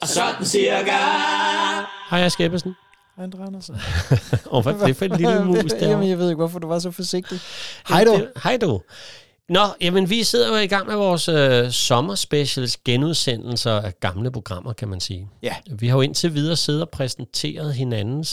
sådan cirka. Hej, jeg Skæbbesen. Hej, Andre Andersen. Hvad er det for en lille mus der? Jamen, jeg ved ikke, hvorfor du var så forsigtig. Hej du. Hej du. Nå, jamen vi sidder jo i gang med vores sommerspecials genudsendelser af gamle programmer, kan man sige. Ja. Vi har jo indtil videre siddet og præsenteret hinandens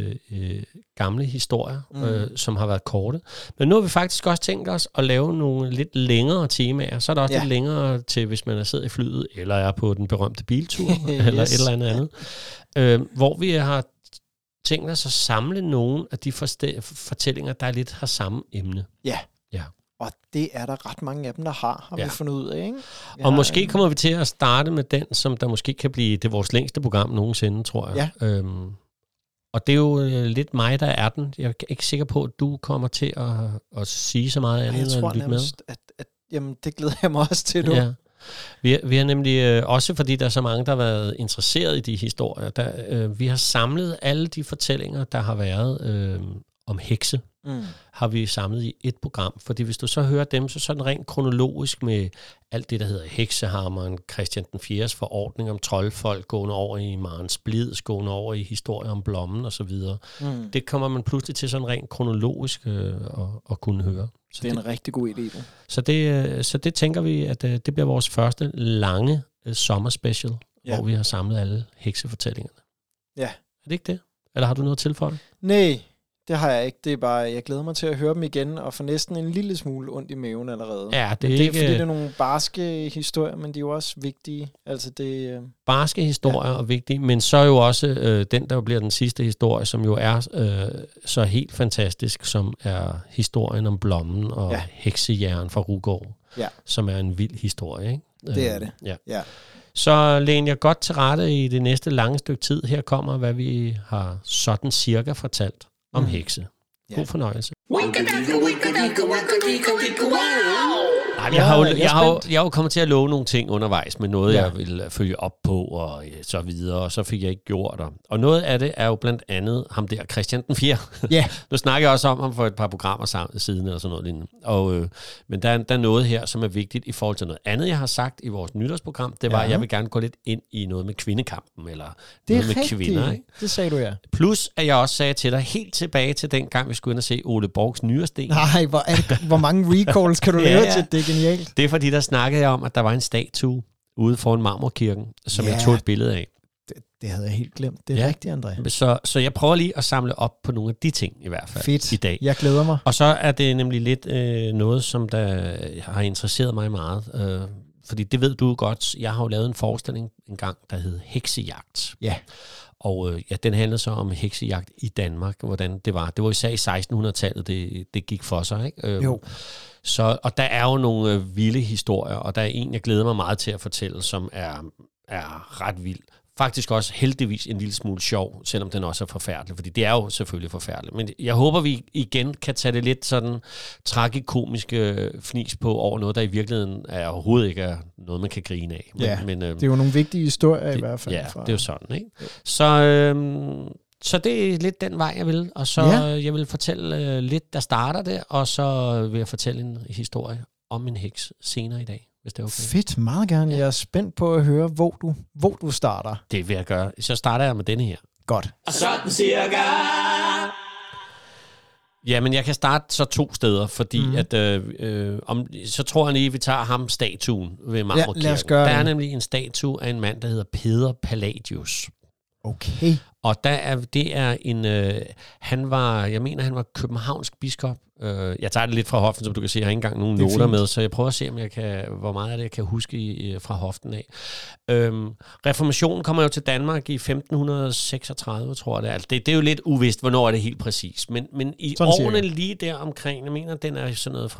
gamle historier, som har været korte. Men nu har vi faktisk også tænkt os at lave nogle lidt længere temaer. Så er der også lidt længere til, hvis man er siddet i flyet, eller er på den berømte biltur, eller et eller andet. Hvor vi har tænkt os at samle nogle af de fortællinger, der lidt har samme emne. Ja. Ja. Og det er der ret mange af dem, der har vi fundet ud af, ikke? Og måske kommer vi til at starte med den, som der måske kan blive det vores længste program nogensinde, tror jeg. Ja. Og det er jo lidt mig, der er den. Jeg er ikke sikker på, at du kommer til at sige så meget andet, jeg tror nærmest, at jamen, det glæder jeg mig også til, du. Ja. Vi har nemlig, også fordi der er så mange, der har været interesseret i de historier, vi har samlet alle de fortællinger, der har været om hekse, har vi samlet i et program. Fordi hvis du så hører dem, så sådan rent kronologisk med alt det, der hedder heksehammeren, Christian den 4. forordning om troldfolk, gående over i Marens Blids, gående over i historier om blommen og så videre. Det kommer man pludselig til sådan rent kronologisk at kunne høre. Så det er en rigtig god idé, du. Så det tænker vi, at det bliver vores første lange sommerspecial, hvor vi har samlet alle heksefortællingerne. Ja. Er det ikke det? Eller har du noget at tilføje? Nej, det har jeg ikke. Det er bare, jeg glæder mig til at høre dem igen, og få næsten en lille smule ondt i maven allerede. Ja, det er ikke... fordi det er nogle barske historier, men de er jo også vigtige. Altså det... Barske historier og vigtige, men så jo også den, der bliver den sidste historie, som jo er så helt fantastisk, som er historien om blommen og heksejern fra Rugård, som er en vild historie, ikke? Det er det. Ja. Så læn jeg godt til rette i det næste lange stykke tid. Her kommer, hvad vi har sådan cirka fortalt om hekse. God fornøjelse. Jeg har jo kommet til at love nogle ting undervejs med noget, jeg vil følge op på og så videre, og så fik jeg ikke gjort det. Og noget af det er jo blandt andet ham der, Christian den 4. Ja. Nu snakker jeg også om ham for et par programmer siden og sådan noget lignende. Og, men der er noget her, som er vigtigt i forhold til noget andet, jeg har sagt i vores nytårsprogram. Det var, at jeg vil gerne gå lidt ind i noget med kvindekampen, eller noget med kvinder. Ikke? Det sagde du, ja. Plus, at jeg også sagde til dig helt tilbage til den gang, vi skulle ind og se Ole Borgs Nyresten. Nej, hvor mange recalls kan du lave til? Det er genialt. Det er fordi, der snakkede jeg om, at der var en statue ude foran Marmorkirken, som jeg tog et billede af. Det havde jeg helt glemt. Det er rigtigt, André. Så jeg prøver lige at samle op på nogle af de ting i hvert fald i dag. Jeg glæder mig. Og så er det nemlig lidt noget, som der har interesseret mig meget. Fordi det ved du godt. Jeg har jo lavet en forestilling engang, der hed Heksejagt. Ja. Og den handlede så om heksejagt i Danmark, hvordan det var. Det var især i 1600-tallet, det gik for sig, ikke? Jo. Og der er jo nogle vilde historier, og der er en, jeg glæder mig meget til at fortælle, som er ret vild. Faktisk også heldigvis en lille smule sjov, selvom den også er forfærdelig, fordi det er jo selvfølgelig forfærdeligt. Men jeg håber, vi igen kan tage det lidt sådan tragikomiske fnis på over noget, der i virkeligheden overhovedet ikke er noget, man kan grine af. Men, det er jo nogle vigtige historier i hvert fald. Ja, det er jo sådan, ikke? Så det er lidt den vej, jeg vil. Og så jeg vil fortælle lidt, der starter det, og så vil jeg fortælle en historie om en heks senere i dag, hvis det er okay. Fedt, meget gerne. Jeg er spændt på at høre, hvor du starter. Det vil jeg gøre. Så starter jeg med denne her. Godt. Og sådan cirka. Jamen, jeg kan starte så 2 steder, fordi at så tror jeg lige, vi tager ham statuen ved Marmorkirken. Lad os gøre der er nemlig en statue af en mand, der hedder Peder Palladius. Okay. Og han var københavnsk biskop. Jeg tager det lidt fra hoften, som du kan se. Jeg har ikke engang nogen noter med, så jeg prøver at se, hvor meget af det jeg kan huske fra hoften af. Reformationen kommer jo til Danmark i 1536, tror jeg det er. Det er jo lidt uvist, hvornår er det helt præcis. Men i årene lige der omkring, jeg mener, den er sådan noget fra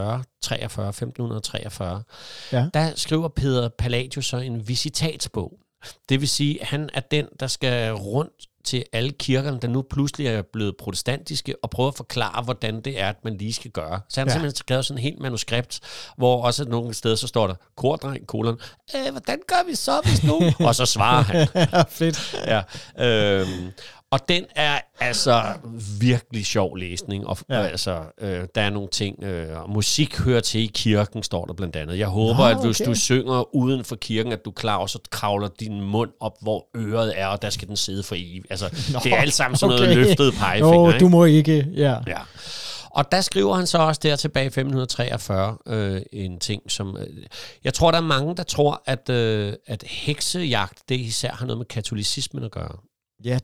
1543, der skriver Peder Palladius så en visitatsbog. Det vil sige, at han er den, der skal rundt til alle kirkerne, der nu pludselig er blevet protestantiske, og prøve at forklare, hvordan det er, at man lige skal gøre. Så han har simpelthen skrevet sådan en helt manuskript, hvor også nogle steder, så står der, kordreng, hvordan gør vi så, hvis nu? Og så svarer han. Fedt. Ja. Og den er altså virkelig sjov læsning. Og, altså, der er nogle ting. Musik hører til i kirken, står der blandt andet. Jeg håber, at hvis du synger uden for kirken, at du klarer, så kravler din mund op, hvor øret er, og der skal den sidde for evigt. Altså, det er alt sammen sådan noget løftet pegefinger. Du må ikke, ja. Og der skriver han så også der tilbage i 1543 en ting, som... jeg tror, der er mange, der tror, at heksejagt, det især har noget med katolicismen at gøre. Ja,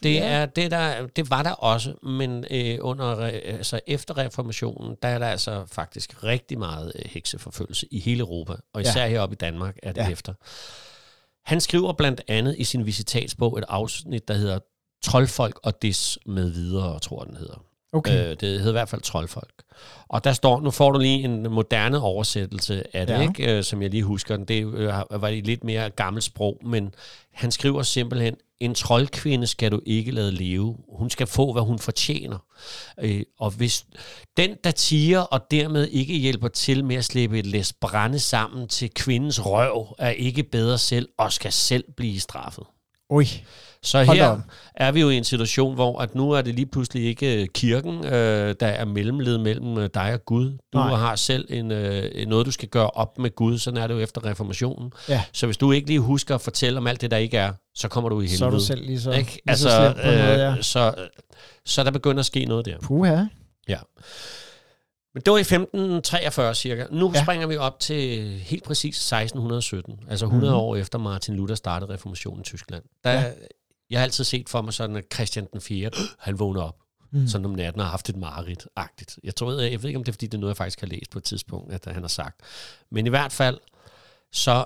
det var der også, men efter reformationen, der er der altså faktisk rigtig meget hekseforfølgelse i hele Europa, og især heroppe i Danmark er det efter. Han skriver blandt andet i sin visitatsbog et afsnit, der hedder Troldfolk og des med videre, tror den hedder. Okay. Det hedder i hvert fald Troldfolk. Og der står, nu får du lige en moderne oversættelse af det, ikke? Som jeg lige husker. Det var i lidt mere gammelt sprog, men han skriver simpelthen, en troldkvinde skal du ikke lade leve. Hun skal få, hvad hun fortjener. Og hvis den, der tiger og dermed ikke hjælper til med at slippe et læs brænde sammen til kvindens røv, er ikke bedre selv og skal selv blive straffet. Oj. Så her er vi jo i en situation, hvor at nu er det lige pludselig ikke kirken, der er mellemled mellem dig og Gud. Du har selv noget, du skal gøre op med Gud. Sådan er det jo efter reformationen. Ja. Så hvis du ikke lige husker at fortælle om alt det, der ikke er, så kommer du i helvede. Så er du selv lige så, ikke? Altså, slemt på noget, så der begynder at ske noget der. Puha. Ja. Men det var i 1543 cirka. Nu springer vi op til helt præcis 1617, altså 100 år efter Martin Luther startede reformationen i Tyskland. Jeg har altid set for mig sådan, at Christian den 4. han vågner op sådan om natten og har haft et mareridt-agtigt. Jeg ved ikke, om det er, fordi det er noget, jeg faktisk har læst på et tidspunkt, at han har sagt. Men i hvert fald, så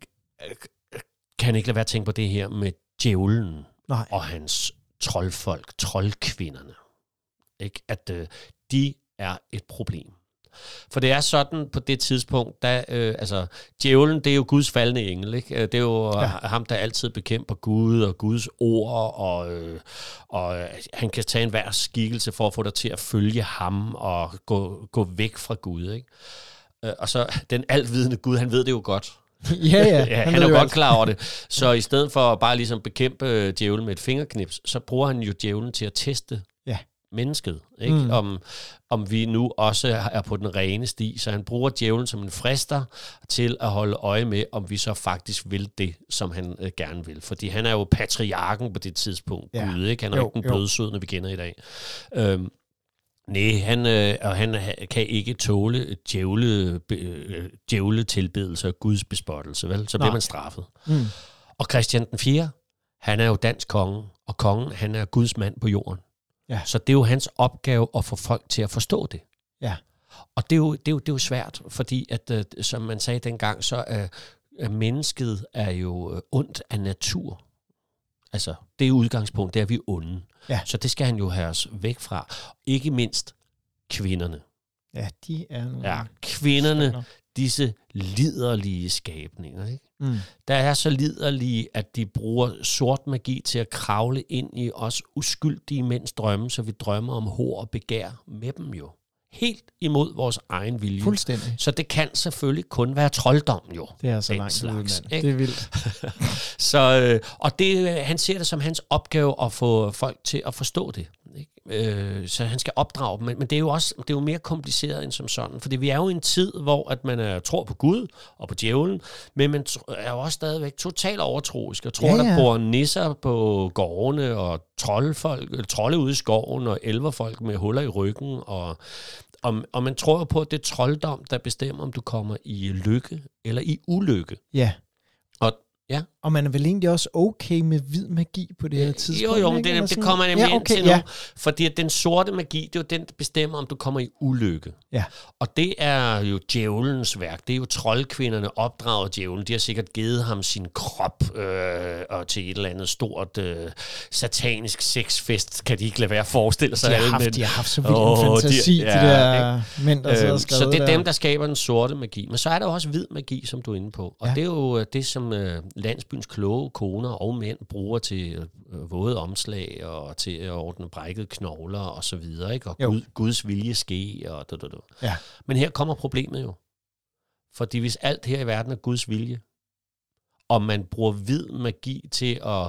kan han ikke lade være at tænke på det her med djævlen og hans troldfolk, troldkvinderne. Ikke? At de er et problem. For det er sådan på det tidspunkt, da djævlen, det er jo Guds faldne engel, ikke? Det er jo ham, der altid bekæmper Gud og Guds ord, og han kan tage enhver skikkelse for at få dig til at følge ham og gå væk fra Gud, ikke? Og så den altvidende Gud, han ved det jo godt. Han er jo godt klar over det. Så i stedet for at bare ligesom bekæmpe djævlen med et fingerknips, så bruger han jo djævlen til at teste mennesket, ikke? Om vi nu også er på den rene sti. Så han bruger djævlen som en frister til at holde øje med, om vi så faktisk vil det, som han gerne vil. Fordi han er jo patriarken på det tidspunkt, Gud, ikke? Han er ikke den blødsødende, vi kender i dag. Han kan ikke tåle djævletilbedelse og Guds bespottelse, vel? Så bliver man straffet. Og Christian den 4., han er jo dansk konge, og kongen, han er Guds mand på jorden. Ja. Så det er jo hans opgave at få folk til at forstå det. Ja. Og det er jo svært, fordi at, som man sagde dengang, så er mennesket er jo ondt af natur. Altså, det er udgangspunkt, det er vi onde. Ja. Så det skal han jo have os væk fra. Ikke mindst kvinderne. Ja, de er nogle... Ja, kvinderne, disse liderlige skabninger, ikke? Der er så liderlige, at de bruger sort magi til at kravle ind i os uskyldige mænds drømme, så vi drømmer om hår og begær med dem jo. Helt imod vores egen vilje. Fuldstændig. Så det kan selvfølgelig kun være trolddom jo. Det er så langt ude, mand. Det er vildt. Så, og han ser det som hans opgave at få folk til at forstå det. Ikke? Så han skal opdrage dem. Men det er jo også mere kompliceret end som sådan. Fordi vi er jo i en tid, hvor at man tror på Gud og på djævlen, men man er jo også stadigvæk totalt overtroisk og tror, der bor nisser på gårdene og trolde ude i skoven og elverfolk med huller i ryggen. Og man tror jo på, at det er trolddom, der bestemmer, om du kommer i lykke eller i ulykke. Ja. Og man er vel egentlig også okay med hvid magi på det her tidspunkt? Jo, det kommer nemlig ind til nu. Fordi at den sorte magi, det er jo den, der bestemmer, om du kommer i ulykke. Ja. Og det er jo djævelens værk. Det er jo troldkvinderne, opdraget djævlen. De har sikkert givet ham sin krop og til et eller andet stort satanisk sexfest. Kan de ikke lade være at forestille sig. De har haft så vild en fantasi, de der mænd, der sidder og skrevet. Så det er dem, der skaber den sorte magi. Men så er der også hvid magi, som du er inde på. Og det er jo det, som landsbyens kloge koner og mænd bruger til våde omslag og til at ordne brækkede knogler og så videre, ikke? Og Guds vilje ske og Ja. Men her kommer problemet jo. Fordi hvis alt her i verden er Guds vilje, og man bruger hvid magi til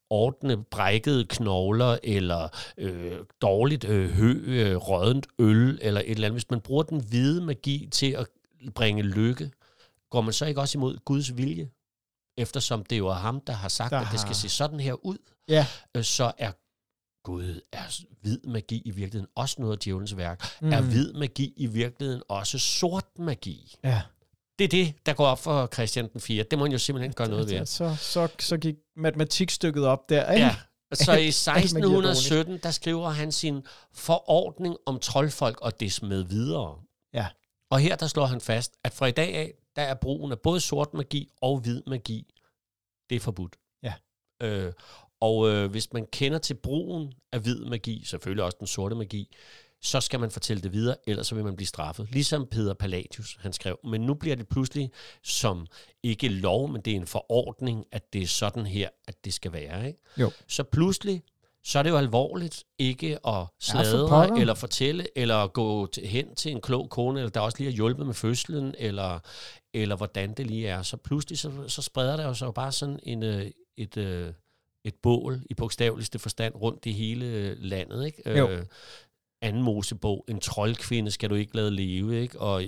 ordne brækkede knogler, eller dårligt råddent øl, eller et eller andet. Hvis man bruger den hvide magi til at bringe lykke, går man så ikke også imod Guds vilje? Eftersom det jo er ham, der har sagt, at det skal se sådan her ud, så er Gud, er hvid magi i virkeligheden også noget af djævelens værk? Er hvid magi i virkeligheden også sort magi? Ja. Det er det, der går op for Christian den 4. Det må man jo simpelthen gøre noget ved. Så gik matematikstykket op der, ikke? Ja, så i 1617, der skriver han sin forordning om troldfolk og des med videre. Ja. Og her der slår han fast, at fra i dag af, der er brugen af både sort magi og hvid magi, det er forbudt. Ja. Hvis man kender til brugen af hvid magi, selvfølgelig også den sorte magi, så skal man fortælle det videre, ellers så vil man blive straffet. Ligesom Peder Palladius, han skrev. Men nu bliver det pludselig som ikke lov, men det er en forordning, at det er sådan her, at det skal være. Ikke? Jo. Så pludselig, så er det jo alvorligt ikke at sladre, eller fortælle, eller gå hen til en klog kone, eller der også lige har hjulpet med fødslen, eller hvordan det lige er. Så pludselig, så spreder der jo så bare sådan et bål i bogstaveligste forstand rundt i hele landet, ikke? Jo. Anden Mosebog, en troldkvinde skal du ikke lade leve, ikke? Og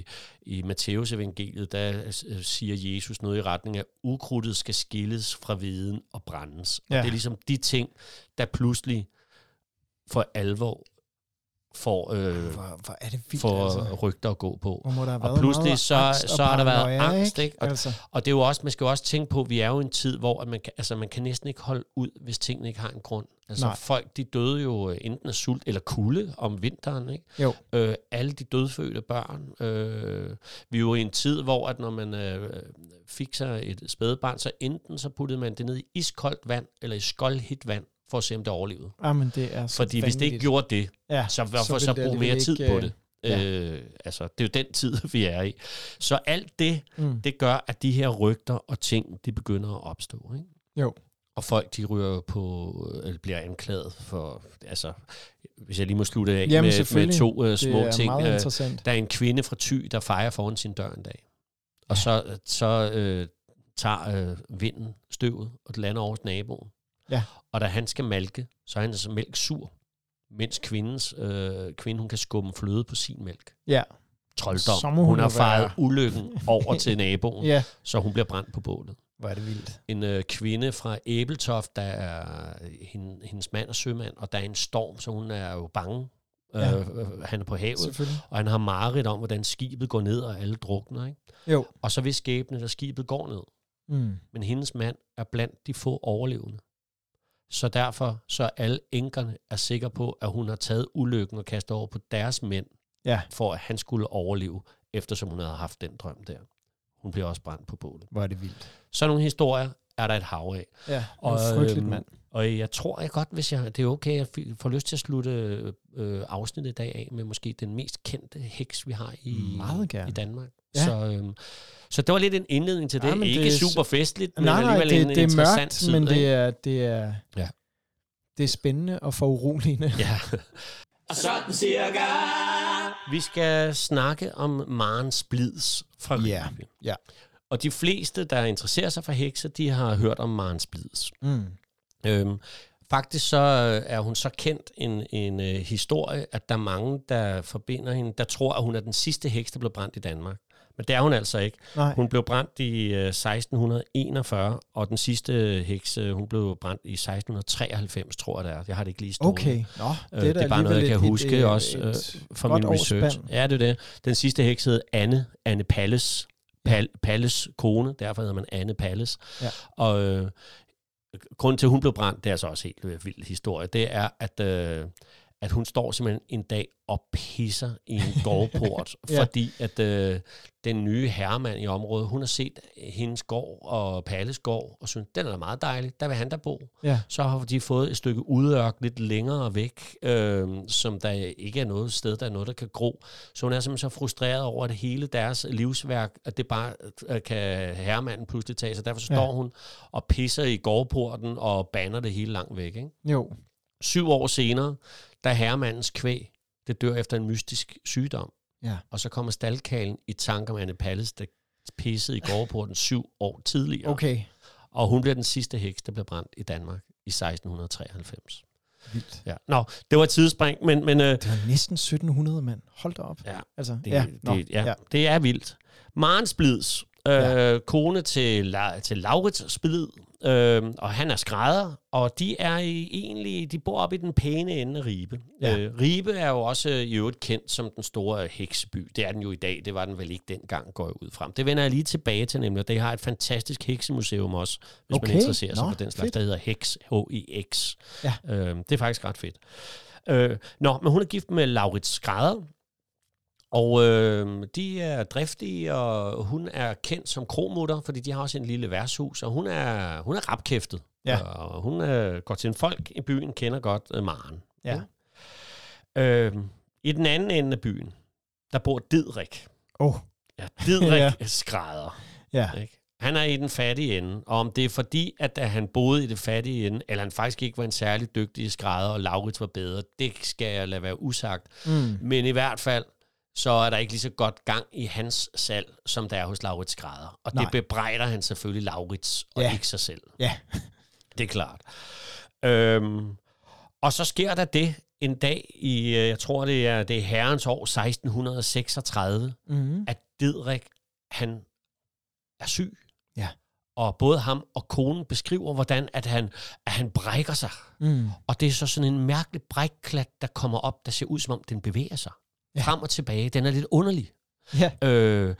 i Matteus evangeliet, der siger Jesus noget i retning af, ukrudtet skal skilles fra viden og brændes. Og det er ligesom de ting, der pludselig for alvor får rygter at gå på. Og pludselig så har der været angst, ikke? Og det er jo også, man skal jo også tænke på, at vi er jo i en tid, hvor man kan næsten ikke holde ud, hvis tingene ikke har en grund. Altså folk, de døde jo enten af sult eller kulde om vinteren, ikke? Jo. Alle de dødfødte børn. Vi er jo i en tid, hvor at når man fik sig et spædebarn, så enten så puttede man det ned i iskoldt vand, eller i skoldhit vand, for at se, om det overlevede. Jamen, det er fordi hvis det ikke gjorde det, så hvorfor så bruge mere tid på det? Altså, det er jo den tid, vi er i. Så alt det, det gør, at de her rygter og ting, de begynder at opstå. Ikke? Jo. Og folk, de ryger på, eller bliver anklaget for, altså, hvis jeg lige må slutte af med to små ting. Der er en kvinde fra Thy, der fejrer foran sin dør en dag. Og så tager vinden støvet, og det lander over hos naboen. Ja. Og da han skal malke, så er han altså mælk sur, mens kvinde, hun kan skumme fløde på sin mælk. Ja. Trolddom. Hun har faret ulykken over til naboen, så hun bliver brændt på bålet. Hvor er det vildt. En kvinde fra Æbeltoft, der er hendes mand og sømand, og der er en storm, så hun er jo bange. Han er på havet, og han har mareridt om, hvordan skibet går ned, og alle drukner. Ikke? Jo. Og så vil skæbne, at skibet går ned. Men hendes mand er blandt de få overlevende. Så derfor så alle enkerne er sikre på, at hun har taget ulykken og kastet over på deres mænd, for at han skulle overleve, eftersom hun havde haft den drøm der. Hun bliver også brændt på bålet. Hvor er det vildt. Så nogle historier er der et hav af. Ja, og frygteligt mand. Og jeg tror godt, hvis det er okay, jeg får lyst til at slutte afsnittet i dag af med måske den mest kendte heks, vi har i Danmark. Ja. Så det var lidt en indledning til det. Ja, ikke super festligt, men alligevel en interessant mørkt, tid. Men det er spændende og foruroligende. Ja. Og sådan cirka. Vi skal snakke om Maren Splids fra Ribe. Ja. Og de fleste, der interesserer sig for hekse, de har hørt om Maren Splids. Faktisk så er hun så kendt en historie, at der er mange, der forbinder hende, der tror, at hun er den sidste heks, der blev brændt i Danmark. Men det er hun altså ikke. Nej. Hun blev brændt i 1641, og den sidste heks, hun blev brændt i 1693, tror jeg det er. Jeg har det ikke lige stående. Okay. Det er bare noget, jeg kan huske også fra min research. Ja, det er det. Den sidste heks hed Anne Palles. Palles kone, derfor hedder man Anne Palles. Ja. Og grunden til, at hun blev brændt, det er så også helt vild historie, det er, at hun står simpelthen en dag og pisser i en gårdport, fordi at den nye herremand i området, hun har set hendes gård og Palles gård, og synes, den er da meget dejlig, der vil han da bo. Ja. Så har de fået et stykke udørk lidt længere væk, som der ikke er noget sted, der er noget, der kan gro. Så hun er simpelthen så frustreret over, at hele deres livsværk, at det bare kan herremanden pludselig tage, så derfor står hun og pisser i gårdporten og bander det hele langt væk. Ikke? Jo. 7 år senere, der herremandens kvæg, det dør efter en mystisk sygdom. Ja. Og så kommer staldkalen i tanke om Anne Palles, der pissede i gårdporten 7 år tidligere. Okay. Og hun bliver den sidste heks, der bliver brændt i Danmark. i 1693. Vildt. Ja. Nå, det var et tidsspring, men det var næsten 1700, mand. Hold da op. Ja, altså, det er vildt. Maren Splids, kone til Laurits Splid, og han er skrædder, og de bor oppe i den pæne ende af Ribe. Ja. Ribe er jo også i øvrigt kendt som den store hekseby. Det er den jo i dag, det var den vel ikke dengang, går jeg ud frem. Det vender jeg lige tilbage til, nemlig, og det har et fantastisk heksemuseum også, hvis man interesserer sig for den slags, der hedder Hex, H-I-X. Ja. Det er faktisk ret fedt. Men hun er gift med Laurits skrædder, og de er driftige, og hun er kendt som kromutter, fordi de har også en lille værtshus, og hun er rapkæftet. Ja. Og hun går til en folk i byen, kender godt Maren. Ja. I den anden ende af byen, der bor Didrik. Ja, Didrik skrædder. Ja. Ikke? Han er i den fattige ende, og om det er fordi, at han boede i det fattige ende, eller han faktisk ikke var en særlig dygtig skrædder, og Laurits var bedre, det skal jeg lade være usagt. Men i hvert fald, så er der ikke lige så godt gang i hans salg, som der er hos Laurits skrædder. Og det bebrejder han selvfølgelig Laurits, og ikke sig selv. Ja. Det er klart. Og så sker der det en dag i, jeg tror det er herrens år 1636, at Didrik, han er syg. Ja. Og både ham og konen beskriver, hvordan at han brækker sig. Og det er så sådan en mærkelig brækklat, der kommer op, der ser ud som om den bevæger sig. Ja. Frem og tilbage. Den er lidt underlig. Ja.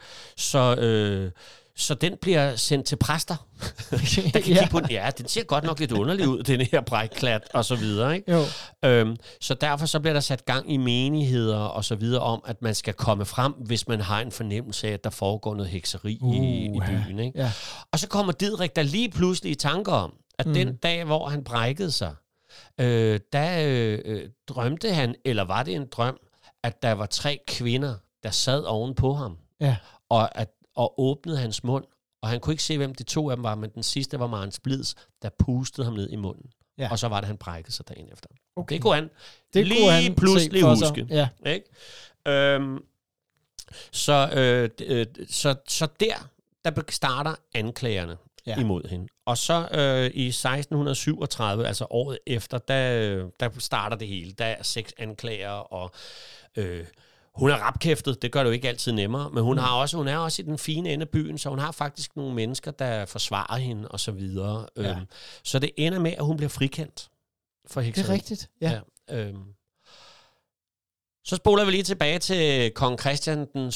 Så den bliver sendt til præster. Der kan kigge på den. Ja, den ser godt nok lidt underlig ud, den her brækklat, og så videre. Ikke? Så derfor så bliver der sat gang i menigheder, og så videre om, at man skal komme frem, hvis man har en fornemmelse af, at der foregår noget hekseri i byen. Ikke? Ja. Og så kommer Didrik der lige pludselig i tanker om, at den dag, hvor han brækkede sig, drømte han, eller var det en drøm, at der var 3 kvinder, der sad oven på ham, og åbnede hans mund, og han kunne ikke se, hvem de 2 af dem var, men den sidste var Maren Splids, der pustede ham ned i munden. Ja. Og så var det, han brækkede sig dagen efter. Okay. Det kunne han lige pludselig huske. Ja. Ikke? Så der starter anklagerne imod hende. Og så i 1637, altså året efter, der starter det hele. Der er 6 anklager, og hun er rapkæftet, det gør det jo ikke altid nemmere, men hun er også i den fine ende af byen, så hun har faktisk nogle mennesker, der forsvarer hende, og så videre. Så det ender med, at hun bliver frikendt for hekseri. Det er rigtigt, ja. Så spoler vi lige tilbage til kong Christian den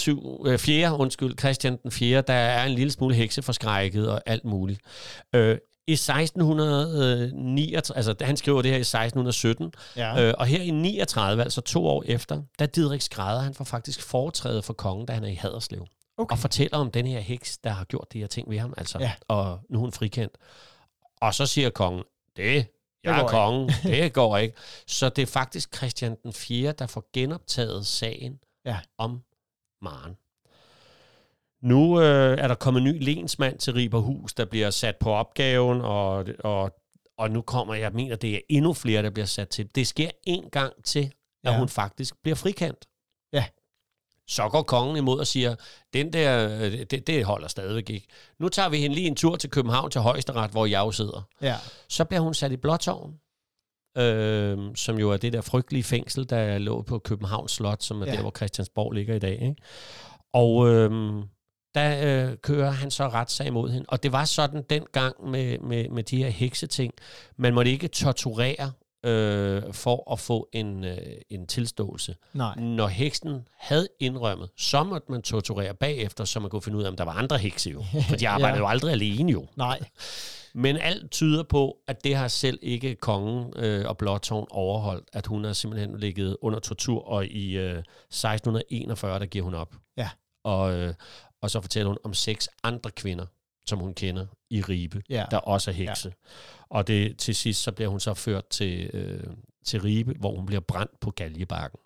4., der er en lille smule hekseforskrækket og alt muligt. I 1639, altså han skriver det her i 1617, og her i 39, altså 2 år efter, der Didrik skrædder, han får faktisk foretræde for kongen, da han er i Haderslev. Og fortæller om den her heks, der har gjort de her ting ved ham, og nu er hun frikendt. Og så siger kongen, jeg er kongen, det går ikke. Så det er faktisk Christian den 4., der får genoptaget sagen om Maren. Nu er der kommet en ny lensmand til Riberhus, der bliver sat på opgaven, og nu kommer, jeg mener, det er endnu flere, der bliver sat til. Det sker en gang til, at hun faktisk bliver frikendt. Ja. Så går kongen imod og siger, den der, det holder stadigvæk ikke. Nu tager vi hende lige en tur til København til Højesteret, hvor jeg jo sidder. Ja. Så bliver hun sat i Blåtårn, som jo er det der frygtelige fængsel, der lå på Københavns Slot, som er der, hvor Christiansborg ligger i dag. Ikke? Og der kører han så retssag mod hende. Og det var sådan dengang med de her hekseting. Man måtte ikke torturere for at få en tilståelse. Nej. Når heksen havde indrømmet, så måtte man torturere bagefter, så man kunne finde ud af, om der var andre hekse jo. For de arbejdede jo aldrig alene jo. Nej. Men alt tyder på, at det har selv ikke kongen og Blåtårn overholdt, at hun har simpelthen ligget under tortur, og i 1641, der giver hun op. Ja. Og så fortæller hun om 6 andre kvinder, som hun kender i Ribe, der også er hekse. Ja. Og det, til sidst så bliver hun så ført til Ribe, hvor hun bliver brændt på Galjebakken.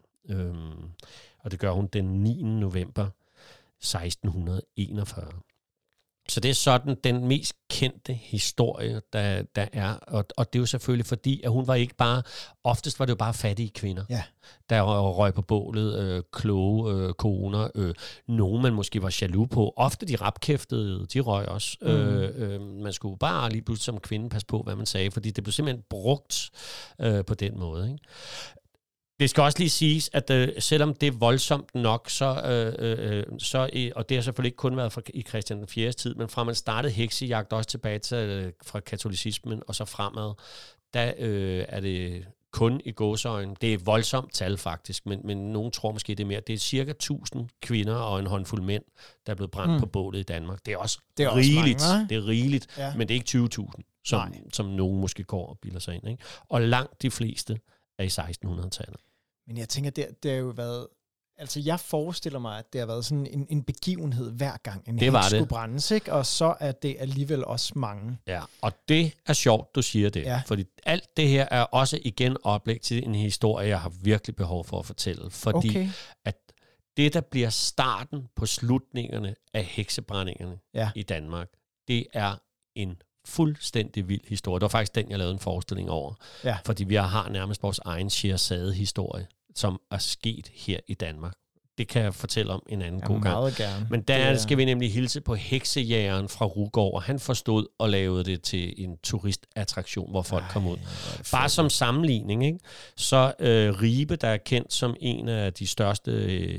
Og det gør hun den 9. november 1641. Så det er sådan den mest kendte historie, der er. Og det er jo selvfølgelig fordi, at hun var ikke bare... Oftest var det jo bare fattige kvinder, der røg på bålet, kloge koner. Nogen man måske var jaloux på. Ofte de rapkæftede, de røg også. Man skulle bare lige pludselig som kvinde passe på, hvad man sagde, fordi det blev simpelthen brugt på den måde, ikke? Det skal også lige siges, at selvom det er voldsomt nok, så og det har selvfølgelig ikke kun været i Christian IV's tid, men fra man startede heksejagt også tilbage til fra katolicismen og så fremad, der er det kun i gåseøjne. Det er et voldsomt tal faktisk, men nogen tror måske det er mere. Det er cirka 1000 kvinder og en håndfuld mænd, der er blevet brændt på bålet i Danmark. Det er også rigeligt. Også mange, det er rigeligt, men det er ikke 20.000, som nogen måske går og bilder sig ind. Ikke? Og langt de fleste er i 1600-tallet. Men jeg tænker, det har jo været... Altså, jeg forestiller mig, at det har været sådan en begivenhed hver gang, en heks skulle brændes, ikke? Og så er det alligevel også mange. Ja, og det er sjovt, du siger det. Ja. Fordi alt det her er også igen oplæg til en historie, jeg har virkelig behov for at fortælle. Fordi at det, der bliver starten på slutningerne af heksebrændingerne i Danmark, det er en fuldstændig vild historie. Det var faktisk den, jeg lavede en forestilling over. Ja. Fordi vi har nærmest vores egen Scheherazade-historie, som er sket her i Danmark. Det kan jeg fortælle om en anden god gang. Gerne. Men der skal vi nemlig hilse på heksejægeren fra Rugård, og han forstod og lavede det til en turistattraktion, hvor folk kom ud. Bare som sammenligning, ikke? Så Ribe, der er kendt som en af de største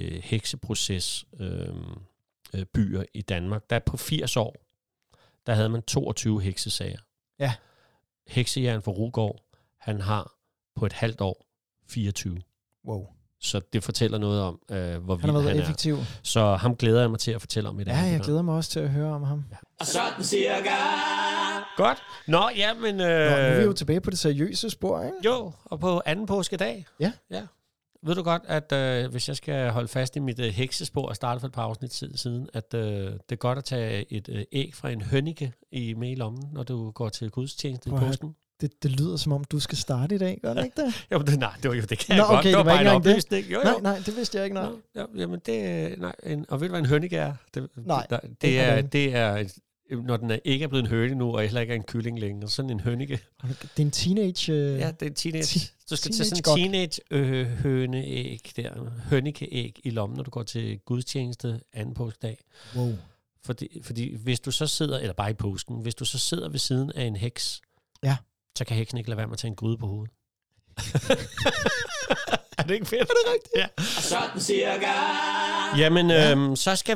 hekseproces-byer i Danmark, der på 80 år, der havde man 22 heksesager. Ja. Heksejægeren fra Rugård, han har på et halvt år 24. Wow. Så det fortæller noget om, hvor vild han er. Effektiv. Så ham glæder jeg mig til at fortælle om i dag. Ja, jeg glæder mig også til at høre om ham. Ja. Og sådan cirka. Godt. Nå, ja, men... nu er vi jo tilbage på det seriøse spor, ikke? Jo, og på anden påskedag. Ja. Ved du godt, at hvis jeg skal holde fast i mit heksespor og starte for et par afsnit siden, at det er godt at tage et æg fra en hønnike med i lommen, når du går til gudstjeneste i påsken? Det lyder som om, du skal starte i dag, gør det ikke det? Jo, det kan jeg godt. Det var bare en oplysning. Nej, det vidste jeg ikke. Nej. Jamen og ved du, hvad en hønnike er? Det er når den ikke er blevet en høne nu, og heller ikke er en kylling længere. Sådan en hønnike. Det er en teenage... Ja, det er en teenage... Du skal tage sådan en teenage-høneæg der. Hønnikeæg i lommen, når du går til gudstjeneste anden påskedag. Wow. Fordi hvis du så sidder, eller bare i påsken, hvis du så sidder ved siden af en heks, så kan heksen ikke lade være med at tage en gryde på hovedet. Er det ikke fedt? Er det rigtigt? Ja. Sådan cirka. Jamen,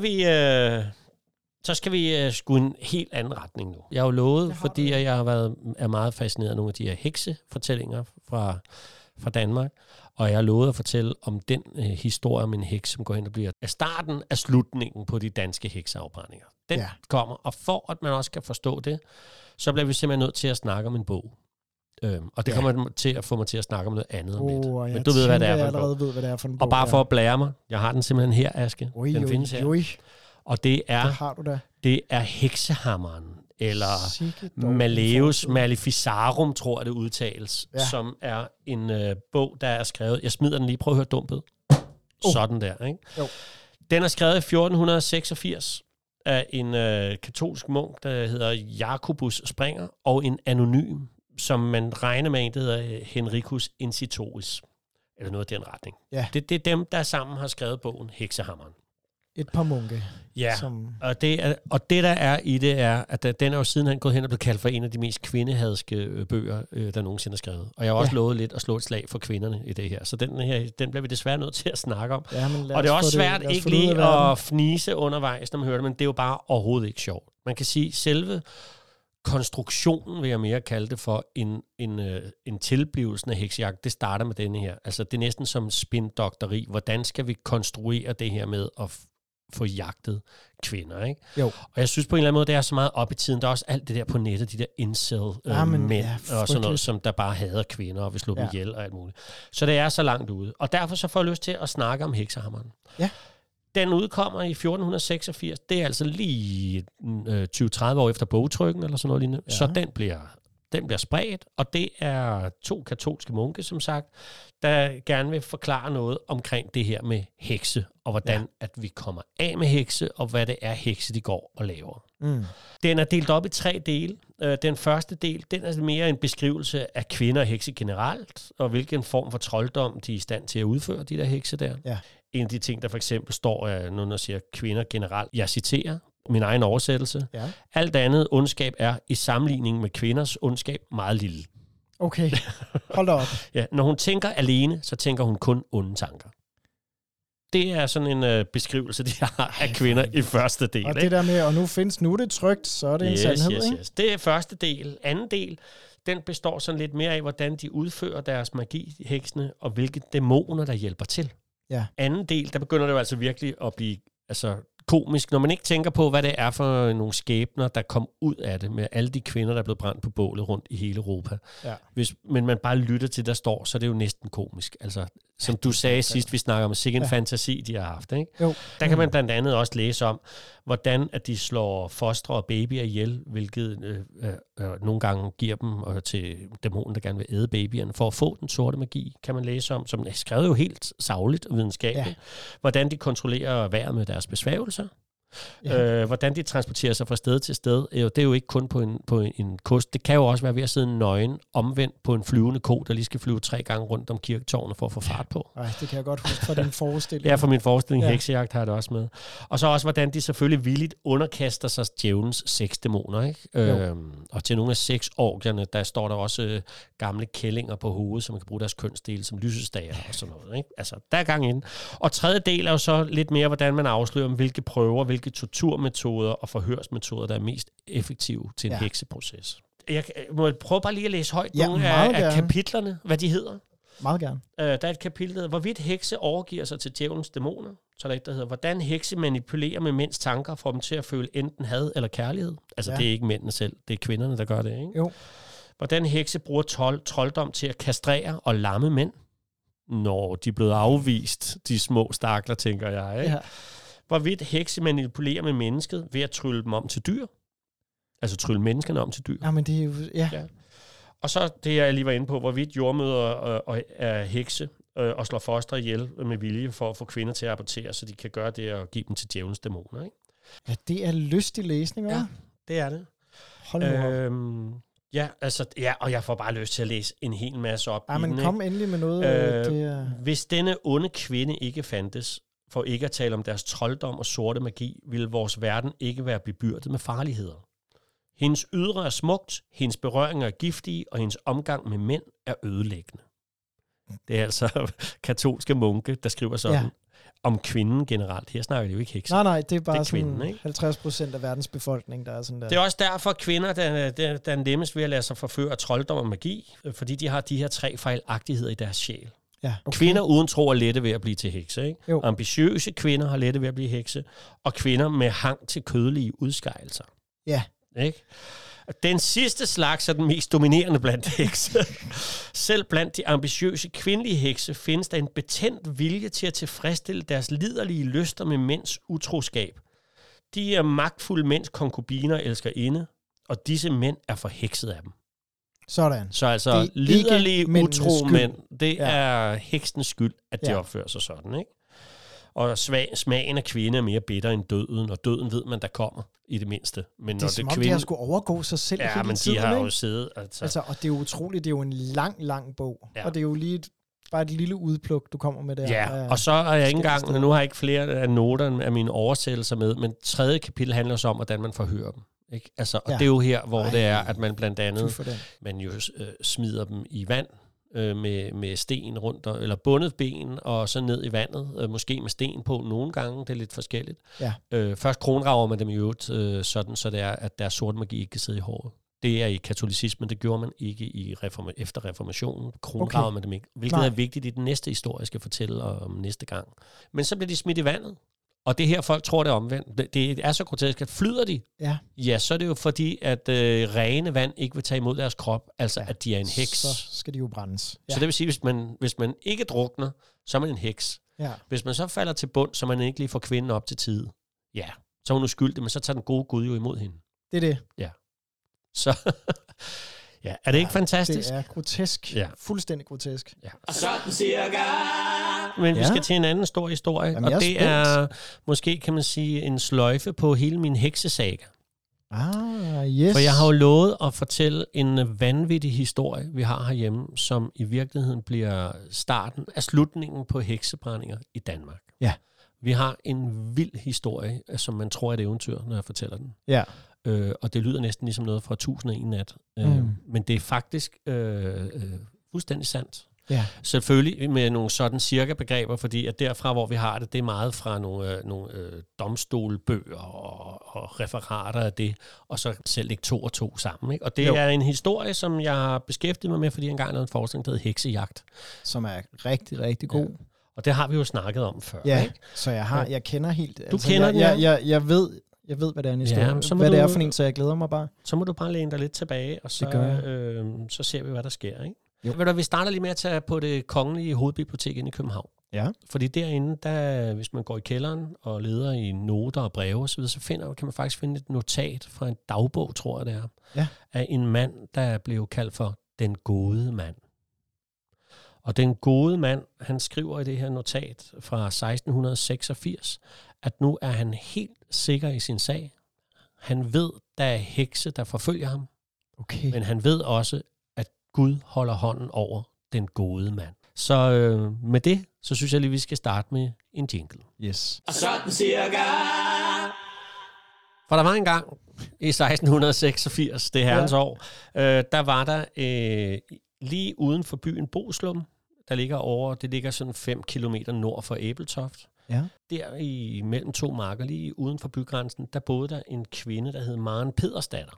så skal vi sgu en helt anden retning nu. Jeg har jo lovet, fordi jeg er meget fascineret af nogle af de her heksefortællinger fra Danmark, og jeg har lovet at fortælle om den historie om en heks, som går hen og bliver af starten af slutningen på de danske hekseafbrændinger. Den kommer, og for at man også kan forstå det, så bliver vi simpelthen nødt til at snakke om en bog. Og det kommer til at få mig til at snakke om noget andet om lidt. Men du ved, hvad det er for en bog. Og bare for at blære mig, jeg har den simpelthen her, Aske. Den findes her. Og det er Heksehammeren, eller Malleus Maleficarum, tror jeg det udtales, som er en bog, der er skrevet... Jeg smider den lige, prøv at høre dumpet. Sådan der, ikke? Jo. Den er skrevet i 1486 af en katolsk munk, der hedder Jacobus Springer, og en anonym, som man regner med, der hedder Henricus Incitoris, eller noget af den retning. Ja. Det er dem, der sammen har skrevet bogen Heksehammeren. Et par munke. Ja, og det der er i det er, at den er jo sidenhen gået hen og blevet kaldt for en af de mest kvindehadske bøger, der nogensinde er skrevet. Og jeg har også lovet lidt at slå et slag for kvinderne i det her. Så den bliver vi desværre nødt til at snakke om. Ja, og det er også svært ikke lige at fnise undervejs, når man hører det, men det er jo bare overhovedet ikke sjovt. Man kan sige, selve konstruktionen, vil jeg mere kalde det for, en tilblivelsen af heksejagt, det starter med denne her. Altså, det er næsten som spindokteri. Hvordan skal vi konstruere det her med at få jagtet kvinder, ikke? Jo. Og jeg synes på en eller anden måde, det er så meget op i tiden. Der er også alt det der på nettet, de der incel-mænd, og sådan noget, som der bare hader kvinder og vil slå dem ihjel og alt muligt. Så det er så langt ude. Og derfor så får jeg lyst til at snakke om Heksehammeren. Ja. Den udkommer i 1486. Det er altså lige 20-30 år efter bogtrykken, eller sådan noget lignende. Ja. Så den bliver spredt, og det er 2 katolske munke, som sagt, der gerne vil forklare noget omkring det her med hekse, og hvordan at vi kommer af med hekse, og hvad det er hekse, de går og laver. Den er delt op i 3 dele. Den første del, den er mere en beskrivelse af kvinder og hekse generelt, og hvilken form for trolddom de er i stand til at udføre, de der hekse der. Ja. En af de ting, der for eksempel står, når der siger kvinder generelt, jeg citerer min egen oversættelse. Ja. Alt andet ondskab er i sammenligning med kvinders ondskab meget lille. Okay, hold da op. Ja, når hun tænker alene, så tænker hun kun onde tanker. Det er sådan en beskrivelse, de har af kvinder i første del. Og det der med, og nu er det trygt, så er det en sandhed, ikke? Yes. Det er første del. Anden del, den består sådan lidt mere af, hvordan de udfører deres magi, heksene, og hvilke dæmoner, der hjælper til. Ja. Anden del, der begynder det jo altså virkelig at blive komisk, når man ikke tænker på, hvad det er for nogle skæbner, der kom ud af det, med alle de kvinder, der er blevet brændt på bålet rundt i hele Europa. Ja. Men man bare lytter til, der står, så er det jo næsten komisk. Altså, som du sagde sidst, vi snakker om, sikke en fantasi, de har haft. Ikke? Jo. Der kan man blandt andet også læse om, hvordan at de slår fostre og babyer ihjel, hvilket nogle gange giver dem til dæmonen, der gerne vil æde babyerne, for at få den sorte magi, kan man læse om, som er skrevet jo helt sagligt og videnskabeligt. Ja. Hvordan de kontrollerer vejret med deres besværgelser. Ja. Hvordan de transporterer sig fra sted til sted. Det er jo ikke kun på en kost. Det kan jo også være ved at sidde nøgen omvendt på en flyvende ko, der lige skal flyve 3 gange rundt om kirketårnet for at få fart på. Ej, det kan jeg godt huske fra din forestilling. Ja, fra min forestilling. Heksejagt har jeg det også med. Og så også, hvordan de selvfølgelig villigt underkaster sig djævelens 6 dæmoner. Ikke? Og til nogle af 6 orgierne, der står der også gamle kællinger på hovedet, som man kan bruge deres kønsdele som lysestager og sådan noget. Ikke? Altså, der er gang inden. Og tredje del er jo så lidt mere, hvordan man afslører, hvilke prøver, hvilke torturmetoder og forhørsmetoder, der er mest effektive til en hekseproces. Jeg må prøve bare lige at læse højt nogle af kapitlerne, hvad de hedder. Meget gerne. Der er et kapitel, der hedder, hvorvidt hekse overgiver sig til djævelens dæmoner. Så er der et, der hedder, hvordan hekse manipulerer med mænds tanker, får dem til at føle enten had eller kærlighed. Altså, det er ikke mændene selv, det er kvinderne, der gør det, ikke? Jo. Hvordan hekse bruger trolddom til at kastrere og lamme mænd, når de er blevet afvist, de små stakler, tænker jeg, ikke? Ja. Hvorvidt hekse manipulerer med mennesket ved at trylle dem om til dyr. Altså trylle menneskerne om til dyr. Ja, men det er jo... Ja. Og så det, jeg lige var inde på, hvorvidt jordmødre er hekse og slår foster ihjel med vilje for at få kvinder til at abortere, så de kan gøre det og give dem til djævelens dæmoner. Ikke? Ja, det er lystig læsning, hva'? Ja, det er det. Hold nu op. Og jeg får bare lyst til at læse en hel masse op. Ja, men kom endelig med noget. Hvis denne onde kvinde ikke fandtes, for ikke at tale om deres trolddom og sorte magi, ville vores verden ikke være bebyrdet med farligheder. Hendes ydre er smukt, hendes berøringer er giftige, og hendes omgang med mænd er ødelæggende. Det er altså katolske munke, der skriver sådan om kvinden generelt. Her snakker de jo ikke hekser. Nej, det er bare det er kvinden, sådan 50% af verdens befolkning, der er sådan der. Det er også derfor, at kvinder der er nemmest ved at lade sig forføre af trolddom og magi, fordi de har de her 3 fejlagtigheder i deres sjæl. Ja, okay. Kvinder uden tro er lette ved at blive til hekse. Ikke? Ambitiøse kvinder har lette ved at blive hekse, og kvinder med hang til kødelige udskejelser. Ja. Ikke? Den sidste slags er den mest dominerende blandt hekse. Selv blandt de ambitiøse kvindelige hekse findes der en betændt vilje til at tilfredsstille deres liderlige lyster med mænds utroskab. De er magtfulde mænds konkubiner elskerinde, og disse mænd er forhekset af dem. Sådan. Så altså liderlige utro mænd, det er heksens skyld, at de opfører sig sådan, ikke? Og smagen af kvinde er mere bitter end døden, og døden ved man, der kommer i det mindste. Men det er som om, de har skulle overgå sig selv hele tiden. Ja, men de har jo siddet... Altså, og det er jo utroligt, det er jo en lang bog. Ja. Og det er jo lige bare et lille udpluk, du kommer med der. Ja, og så er jeg ikke engang... Nu har jeg ikke flere af noterne af mine oversættelser med, men 3. kapitel handler så om, hvordan man forhører dem. Ikke? Altså, og det er jo her, hvor det er, at man blandt andet... Man jo smider dem i vand, med sten rundt, eller bundet ben, og så ned i vandet, måske med sten på nogle gange, det er lidt forskelligt. Ja. Først kronrager man dem i øvrigt, sådan, så det er, at deres sorte magi ikke kan sidde i håret. Det er i katolicismen, det gjorde man ikke efter reformationen. Kronrager man dem ikke, hvilket er vigtigt i den næste historie, jeg skal fortælle om næste gang. Men så bliver de smidt i vandet, og det her folk tror, det er omvendt. Det er så grotesk, at flyder de, så er det jo fordi, at rene vand ikke vil tage imod deres krop, altså at de er en heks. Så skal de jo brændes. Ja. Så det vil sige, hvis man ikke drukner, så er man en heks. Ja. Hvis man så falder til bund, så man ikke lige får kvinden op til tide, så er hun uskyldig, men så tager den gode Gud jo imod hende. Det er det. Ja. Så Ja, er det ikke fantastisk? Det er grotesk. Ja. Fuldstændig grotesk. Ja. Og sådan cirka. Men vi skal til en anden stor historie, jamen, og det er måske, kan man sige, en sløjfe på hele min heksesaga. Yes. For jeg har jo lovet at fortælle en vanvittig historie, vi har herhjemme, som i virkeligheden bliver starten af slutningen på heksebrændinger i Danmark. Ja. Vi har en vild historie, som man tror er et eventyr, når jeg fortæller den. Ja. Og det lyder næsten ligesom noget fra 1001 nat. Men det er faktisk fuldstændig sandt. Ja. Selvfølgelig med nogle sådan cirka-begreber, fordi at derfra, hvor vi har det, det er meget fra nogle domstolbøger og referater af det, og så selv lægge 2 og 2 sammen. Ikke? Og det er en historie, som jeg har beskæftiget mig med, fordi jeg engang lavede en forskning, der hedder Heksejagt. Som er rigtig, rigtig god. Ja. Og det har vi jo snakket om før. Ja, ikke? Så jeg kender helt... Du kender den, Jeg ved, hvad det er en historie. Ja, hvad det er for en, så jeg glæder mig bare. Så må du bare læne dig lidt tilbage, og så ser vi, hvad der sker, ikke? Vi starter lige med at tage på det kongelige hovedbibliotek inde i København. Ja. Fordi derinde, hvis man går i kælderen og leder i noter og breve osv., så kan man faktisk finde et notat fra en dagbog, tror jeg det er, af en mand, der blev kaldt for den gode mand. Og den gode mand, han skriver i det her notat fra 1686, at nu er han helt sikker i sin sag. Han ved, der er hekse, der forfølger ham. Okay. Men han ved også, at Gud holder hånden over den gode mand. Så med det, så synes jeg lige, vi skal starte med en jingle. Yes. Og sådan cirka. For der var en gang i 1686, det herrens år, der var der lige uden for byen Boslum, det ligger sådan 5 kilometer nord for Ebeltoft. Ja. Der i mellem 2 marker, lige uden for bygrænsen, der boede der en kvinde, der hed Maren Pedersdatter.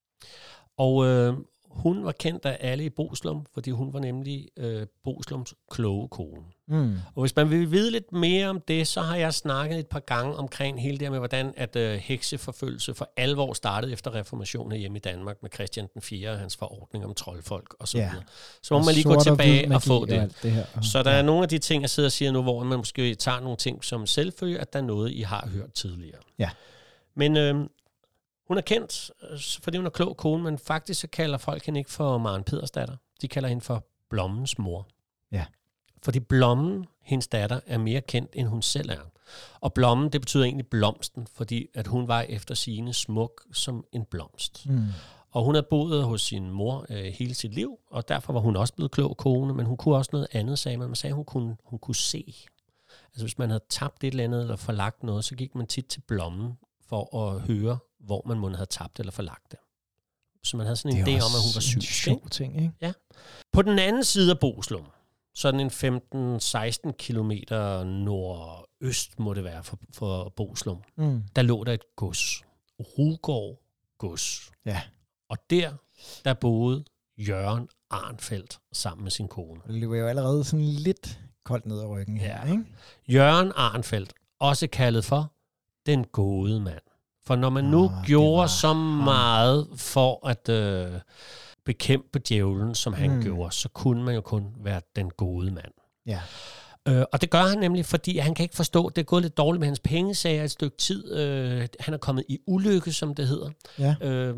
Og hun var kendt af alle i Boslum, fordi hun var nemlig Boslums kloge kone. Og hvis man vil vide lidt mere om det, så har jeg snakket et par gange omkring hele det med, hvordan at hekseforfølgelse for alvor startede efter reformationen hjemme i Danmark med Christian den 4. og hans forordning om troldfolk og så videre. Så må man lige gå tilbage og få det. Det her. Så der er nogle af de ting, jeg sidder og siger nu, hvor man måske tager nogle ting som selvfølge, at der er noget, I har hørt tidligere. Ja. Men hun er kendt, fordi hun er klog kone, men faktisk så kalder folk hende ikke for Maren Pedersdatter. De kalder hende for Blommens mor. Ja. Fordi Blommen, hendes datter, er mere kendt, end hun selv er. Og Blommen, det betyder egentlig blomsten, fordi at hun var efter sigende smuk som en blomst. Og hun havde boet hos sin mor hele sit liv, og derfor var hun også blevet klog kone, men hun kunne også noget andet, sagde man. Man sagde, at hun kunne se. Altså hvis man havde tabt et eller andet eller forlagt noget, så gik man tit til Blommen for at høre, hvor man måtte have tabt eller forlagt det. Så man havde sådan en idé om, at hun var syg. Sjov ting, ikke? Ja. På den anden side af Boslum, sådan en 15-16 kilometer nordøst må det være for Boslum, der lå der et gods. Rugård gods. Ja. Og der boede Jørgen Arnfeldt sammen med sin kone. Det løber jo allerede sådan lidt koldt ned ad ryggen her, ikke? Jørgen Arnfeldt, også kaldet for den gode mand. For når man nu gjorde så meget for at bekæmpe djævlen, som han gjorde, så kunne man jo kun være den gode mand. Ja. Og det gør han nemlig, fordi han kan ikke forstå, det er gået lidt dårligt med hans pengesager et stykke tid. Han er kommet i ulykke, som det hedder. Ja.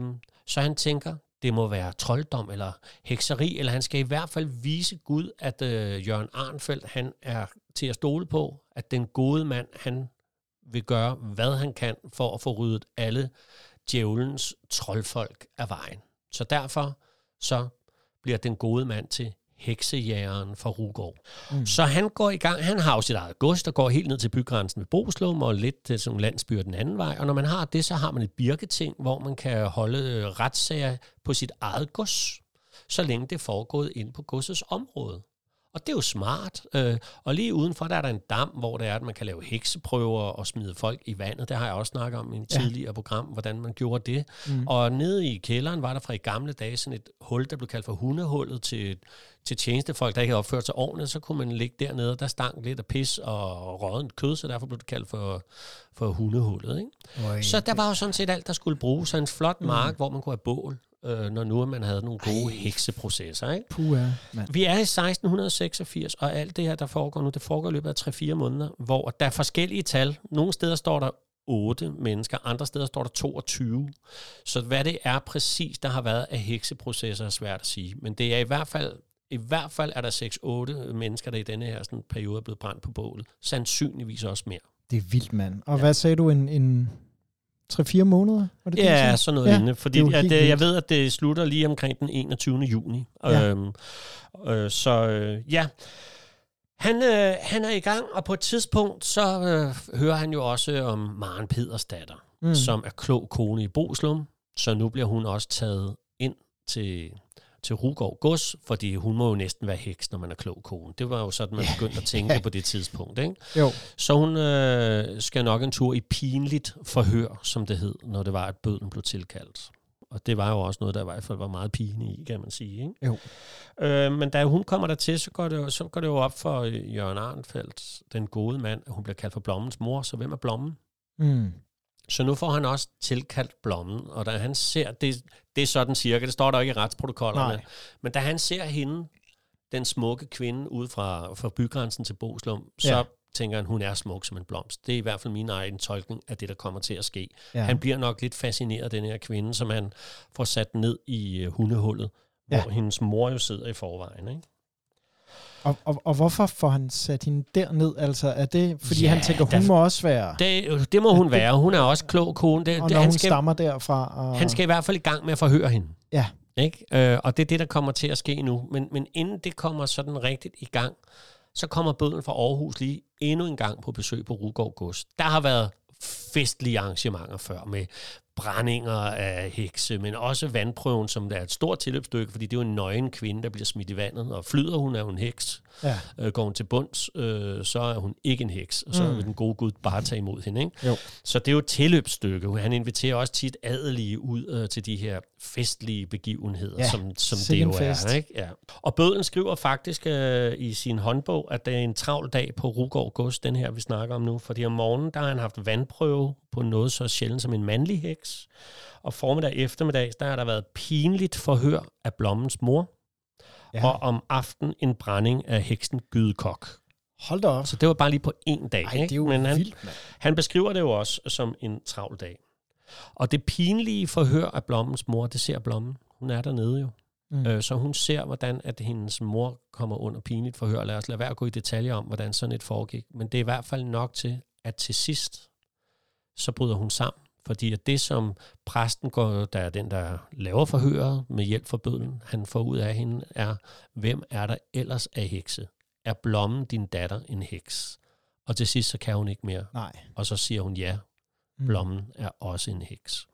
Så han tænker, det må være trolddom eller hekseri, eller han skal i hvert fald vise Gud, at Jørgen Arnfeldt, han er til at stole på, at den gode mand, han vil gøre, hvad han kan for at få ryddet alle djævelens troldfolk af vejen. Så derfor så bliver den gode mand til heksejægeren fra Rugård. Så han går i gang, han har jo sit eget gods, der går helt ned til bygrænsen ved Boslum og lidt til sådan landsbyer den anden vej. Og når man har det, så har man et birketing, hvor man kan holde retssager på sit eget gods, så længe det er foregået inde på godsets område. Og det er jo smart. Og lige udenfor, der er der en dam, hvor det er, at man kan lave hekseprøver og smide folk i vandet. Det har jeg også snakket om i en tidligere program, hvordan man gjorde det. Og nede i kælderen var der fra i gamle dage sådan et hul, der blev kaldt for hundehullet til tjenestefolk, der ikke havde opført sig ordentligt. Så kunne man ligge dernede, og der stank lidt af pis og rådent kød, så derfor blev det kaldt for hundehullet. Ikke? Så der var jo sådan set alt, der skulle bruges. Så en flot mark, hvor man kunne have bål, når nu man havde nogle gode hekseprocesser. Ikke? Vi er i 1686, og alt det her, der foregår nu, det foregår i løbet af 3-4 måneder, hvor der er forskellige tal. Nogle steder står der 8 mennesker. Andre steder står der 22. Så hvad det er præcis, der har været af hekseprocesser, er svært at sige. Men det er i hvert fald er der 6-8 mennesker, der i denne her sådan, periode er blevet brændt på bålet. Sandsynligvis også mere. Det er vildt, mand. Og hvad sagde du, en 3-4 måneder? Var det ja, sådan noget lignende. Fordi jeg ved, at det slutter lige omkring den 21. juni. Ja. Han er i gang, og på et tidspunkt, så hører han jo også om Maren Pedersdatter, som er klog kone i Boslum. Så nu bliver hun også taget ind til Rugård Gods, fordi hun må jo næsten være heks, når man er klog kone. Det var jo sådan, man begyndte at tænke på det tidspunkt. Ikke? Jo. Så hun skal nok en tur i pinligt forhør, som det hed, når det var, at bødlen blev tilkaldt. Og det var jo også noget, der i hvert fald var meget pine i, kan man sige. Ikke? Jo. Men da hun kommer dertil, så går det jo op for Jørgen Arnfeldt, den gode mand, at hun bliver kaldt for Blommens mor. Så hvem er Blommen? Så nu får han også tilkaldt Blommen, og da han ser, det er sådan cirka, det står der ikke i retsprotokollerne, men da han ser hende, den smukke kvinde ude fra bygrænsen til Boslum, så tænker han, hun er smuk som en blomst. Det er i hvert fald min egen tolkning af det, der kommer til at ske. Ja. Han bliver nok lidt fascineret af den her kvinde, som han får sat ned i hundehullet, hvor hendes mor jo sidder i forvejen, ikke? Og hvorfor får han sat hende derned? Altså, er det, fordi han tænker, hun må også være... Det må hun være. Hun er også klog kone. Og når hun stammer derfra... Og... Han skal i hvert fald i gang med at forhøre hende. Ja. Ikke? Og det er det, der kommer til at ske nu. Men inden det kommer sådan rigtigt i gang, så kommer bødlen fra Aarhus lige endnu en gang på besøg på Rugård Gods. Der har været festlige arrangementer før med brændinger af hekse, men også vandprøven, som der er et stort tilløbsstykke, fordi det er jo en nøgen kvinde, der bliver smidt i vandet, og flyder hun, er hun heks. Ja. Går hun til bunds, så er hun ikke en heks, og så vil den gode Gud bare tage imod hende. Ikke? Jo. Så det er jo et tilløbsstykke. Han inviterer også tit adelige ud til de her festlige begivenheder, som det jo er. Ikke? Ja. Og bødlen skriver faktisk i sin håndbog, at det er en travl dag på Rugård Gods, den her, vi snakker om nu, fordi om morgenen, der har han haft vandprøve på noget så sjældent som en mandlig heks, og formiddag eftermiddag, der har der været pinligt forhør af Blommens mor, og om aften en brænding af heksen Gydekok. Hold da op. Så det var bare lige på en dag. Ej, det er jo vildt, mand. Han beskriver det jo også som en travl dag. Og det pinlige forhør af Blommens mor, det ser Blommen. Hun er dernede jo. Så hun ser, hvordan at hendes mor kommer under pinligt forhør. Lad os lade være at gå i detaljer om, hvordan sådan et foregik. Men det er i hvert fald nok til, at til sidst, så bryder hun sammen. Fordi at det, som præsten går, der er den, der laver forhøret med hjælp fra bødlen, han får ud af hende, er, hvem er der ellers af hekse? Er Blommen, din datter, en heks? Og til sidst, så kan hun ikke mere. Nej. Og så siger hun, ja, Blommen er også en heks.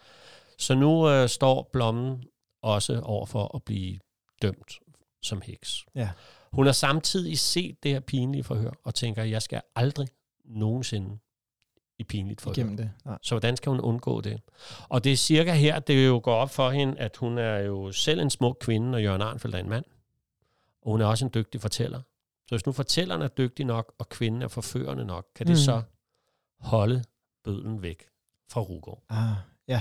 Så nu står Blommen også over for at blive dømt som heks. Ja. Hun har samtidig set det her pinlige forhør, og tænker, jeg skal aldrig nogensinde i pinligt forhør. Det. Så hvordan skal hun undgå det? Og det er cirka her, det jo går op for hende, at hun er jo selv en smuk kvinde, og Jørgen Arnfeldt er en mand. Og hun er også en dygtig fortæller. Så hvis nu fortælleren er dygtig nok, og kvinden er forførende nok, kan det så holde bødlen væk fra Rugård. Ja.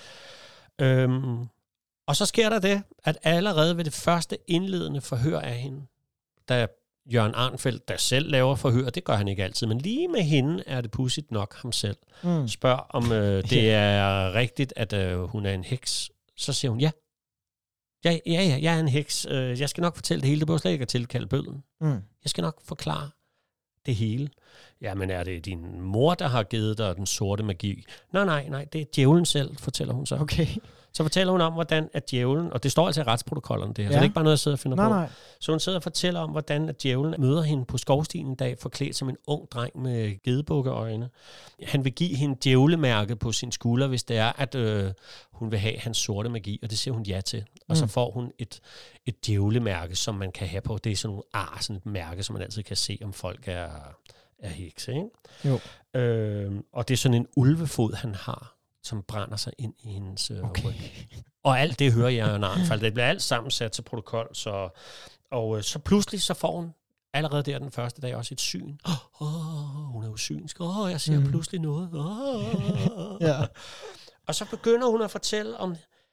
Og så sker der det, at allerede ved det første indledende forhør af hende, da Jørgen Arnfeldt, der selv laver forhør, det gør han ikke altid, men lige med hende er det pudsigt nok ham selv. Spørg om det er rigtigt, at hun er en heks. Så siger hun, ja, jeg er en heks. Jeg skal nok fortælle det hele. Det behøver slet ikke at tilkalde bødlen. Jeg skal nok forklare det hele. Jamen, er det din mor, der har givet dig den sorte magi? Nej, det er djævlen selv, fortæller hun så. Okay. Så fortæller hun om, hvordan at djævlen, og det står altså i retsprotokollerne det her, så det er ikke bare noget, jeg sidder og finder på. Nej. Så hun sidder og fortæller om, hvordan at djævlen møder hende på skovstien en dag, forklædt som en ung dreng med gedebukkeøjne. Han vil give hende djævlemærket på sin skulder, hvis det er, at hun vil have hans sorte magi, og det siger hun ja til. Og så får hun et djævlemærke, som man kan have på. Det er sådan sådan et mærke, som man altid kan se, om folk er hekse, ikke? Jo. Og det er sådan en ulvefod, han har, som brænder sig ind i hendes ryg. Og alt det hører jeg en anden fald. Det bliver alt sammen sat til protokol. Så pludselig så får hun allerede der den første dag også et syn. Hun er jo synsk. Jeg ser pludselig noget. Ja. Og så begynder hun at fortælle om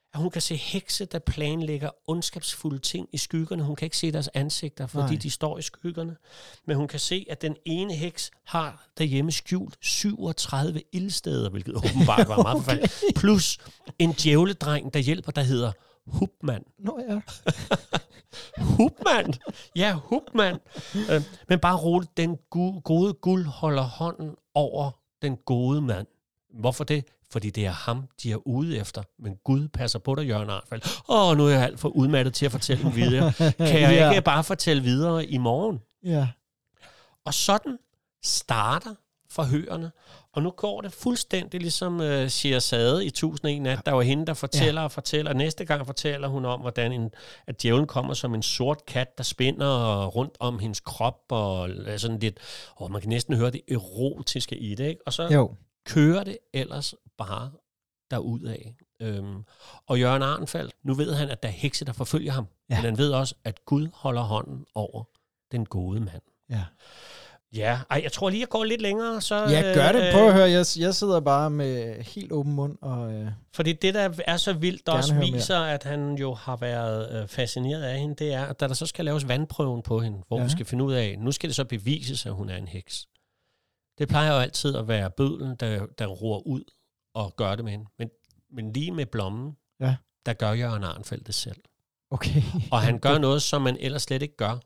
at hun kan se hekse, der planlægger ondskabsfulde ting i skyggerne. Hun kan ikke se deres ansigter, fordi de står i skyggerne. Men hun kan se, at den ene heks har derhjemme skjult 37 ildsteder, hvilket åbenbart var meget forfærdeligt. Plus en djævledreng, der hjælper, der hedder Hupman. Nå ja. Hupman? Ja, Hupman. Men bare roligt, den gode guld holder hånden over den gode mand. Hvorfor det? Fordi det er ham, de er ude efter. Men Gud passer på dig, Jørgen Arnfeldt. Nu er jeg alt for udmattet til at fortælle den videre. Kan jeg ikke bare fortælle videre i morgen? Ja. Og sådan starter forhørene. Og nu går det fuldstændig ligesom Scheherazade i 1001 nat. Der var hende, der fortæller og fortæller. Næste gang fortæller hun om, hvordan at djævlen kommer som en sort kat, der spænder rundt om hendes krop. Og sådan lidt, man kan næsten høre det erotiske i det. Ikke? Og så kører det ellers bare derudad. Og Jørgen Arnfeldt, nu ved han, at der er hekse, der forfølger ham. Ja. Men han ved også, at Gud holder hånden over den gode mand. Ja. Ja, jeg tror lige, jeg går lidt længere. Så, ja, gør det. Prøv at høre. Jeg sidder bare med helt åben mund. Fordi det, der er så vildt, der også viser, at han jo har været fascineret af hende, det er, at da der så skal laves vandprøven på hende, hvor vi skal finde ud af, nu skal det så bevises, at hun er en heks. Det plejer jo altid at være bødlen, der roer ud og gør det med hende. Men lige med blommen, der gør Jørgen Arnfeldt det selv. Okay. Og han gør noget, som man ellers slet ikke gør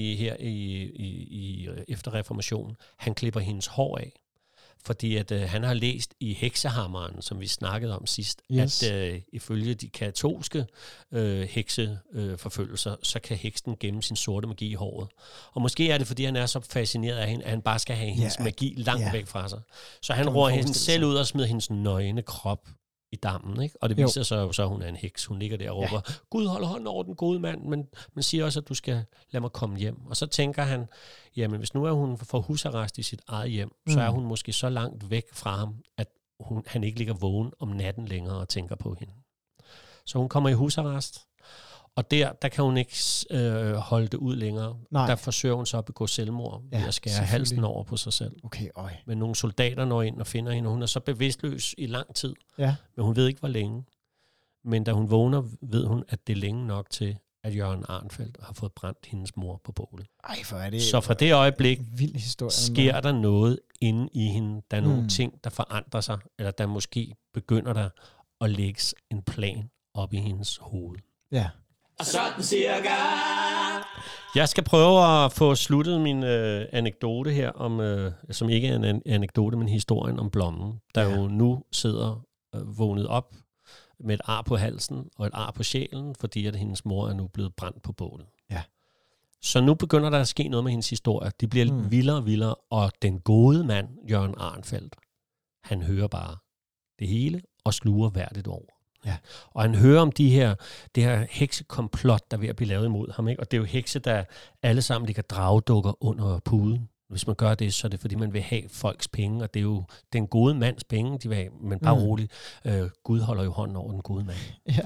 efter reformationen. Han klipper hendes hår af. Fordi at han har læst i Heksehammeren, som vi snakkede om sidst, at ifølge de katolske hekseforfølgelser, så kan heksen gemme sin sorte magi i håret. Og måske er det, fordi han er så fascineret af hende, at han bare skal have hendes magi langt væk fra sig. Så han roer hende selv ud og smider hendes nøgne krop i dammen, ikke? Og det viser sig jo så, at hun er en heks. Hun ligger der og råber, Gud holder hånden over den gode mand, men man siger også, at du skal lade mig komme hjem. Og så tænker han, jamen hvis nu er hun for husarrest i sit eget hjem, så er hun måske så langt væk fra ham, at han ikke ligger vågen om natten længere og tænker på hende. Så hun kommer i husarrest, og der kan hun ikke holde det ud længere. Nej. Der forsøger hun så at begå selvmord ved at skære halsen over på sig selv. Okay, Men nogle soldater når ind og finder hende. Hun er så bevidstløs i lang tid, men hun ved ikke, hvor længe. Men da hun vågner, ved hun, at det er længe nok til, at Jørgen Arnfeldt har fået brændt hendes mor på bålet. Så fra det øjeblik sker der noget inde i hende. Der er nogle ting, der forandrer sig, eller der måske begynder der at lægges en plan op i hendes hoved. Ja. Og sådan cirka. Jeg skal prøve at få sluttet min anekdote her, om, som ikke er en anekdote, men historien om blommen, der jo nu sidder vågnet op med et ar på halsen og et ar på sjælen, fordi at hendes mor er nu blevet brændt på bålet. Ja. Så nu begynder der at ske noget med hendes historie. De bliver lidt vildere og vildere, og den gode mand, Jørgen Arnfeldt, han hører bare det hele og sluger hvert et ord. Ja. Og han hører om det her heksekomplot, der er ved at blive lavet imod ham. Ikke? Og det er jo hekse, der alle sammen ligger dragdukker under puden. Hvis man gør det, så er det fordi, man vil have folks penge, og det er jo den gode mands penge, de vil have. Men bare roligt, Gud holder jo hånden over den gode mand.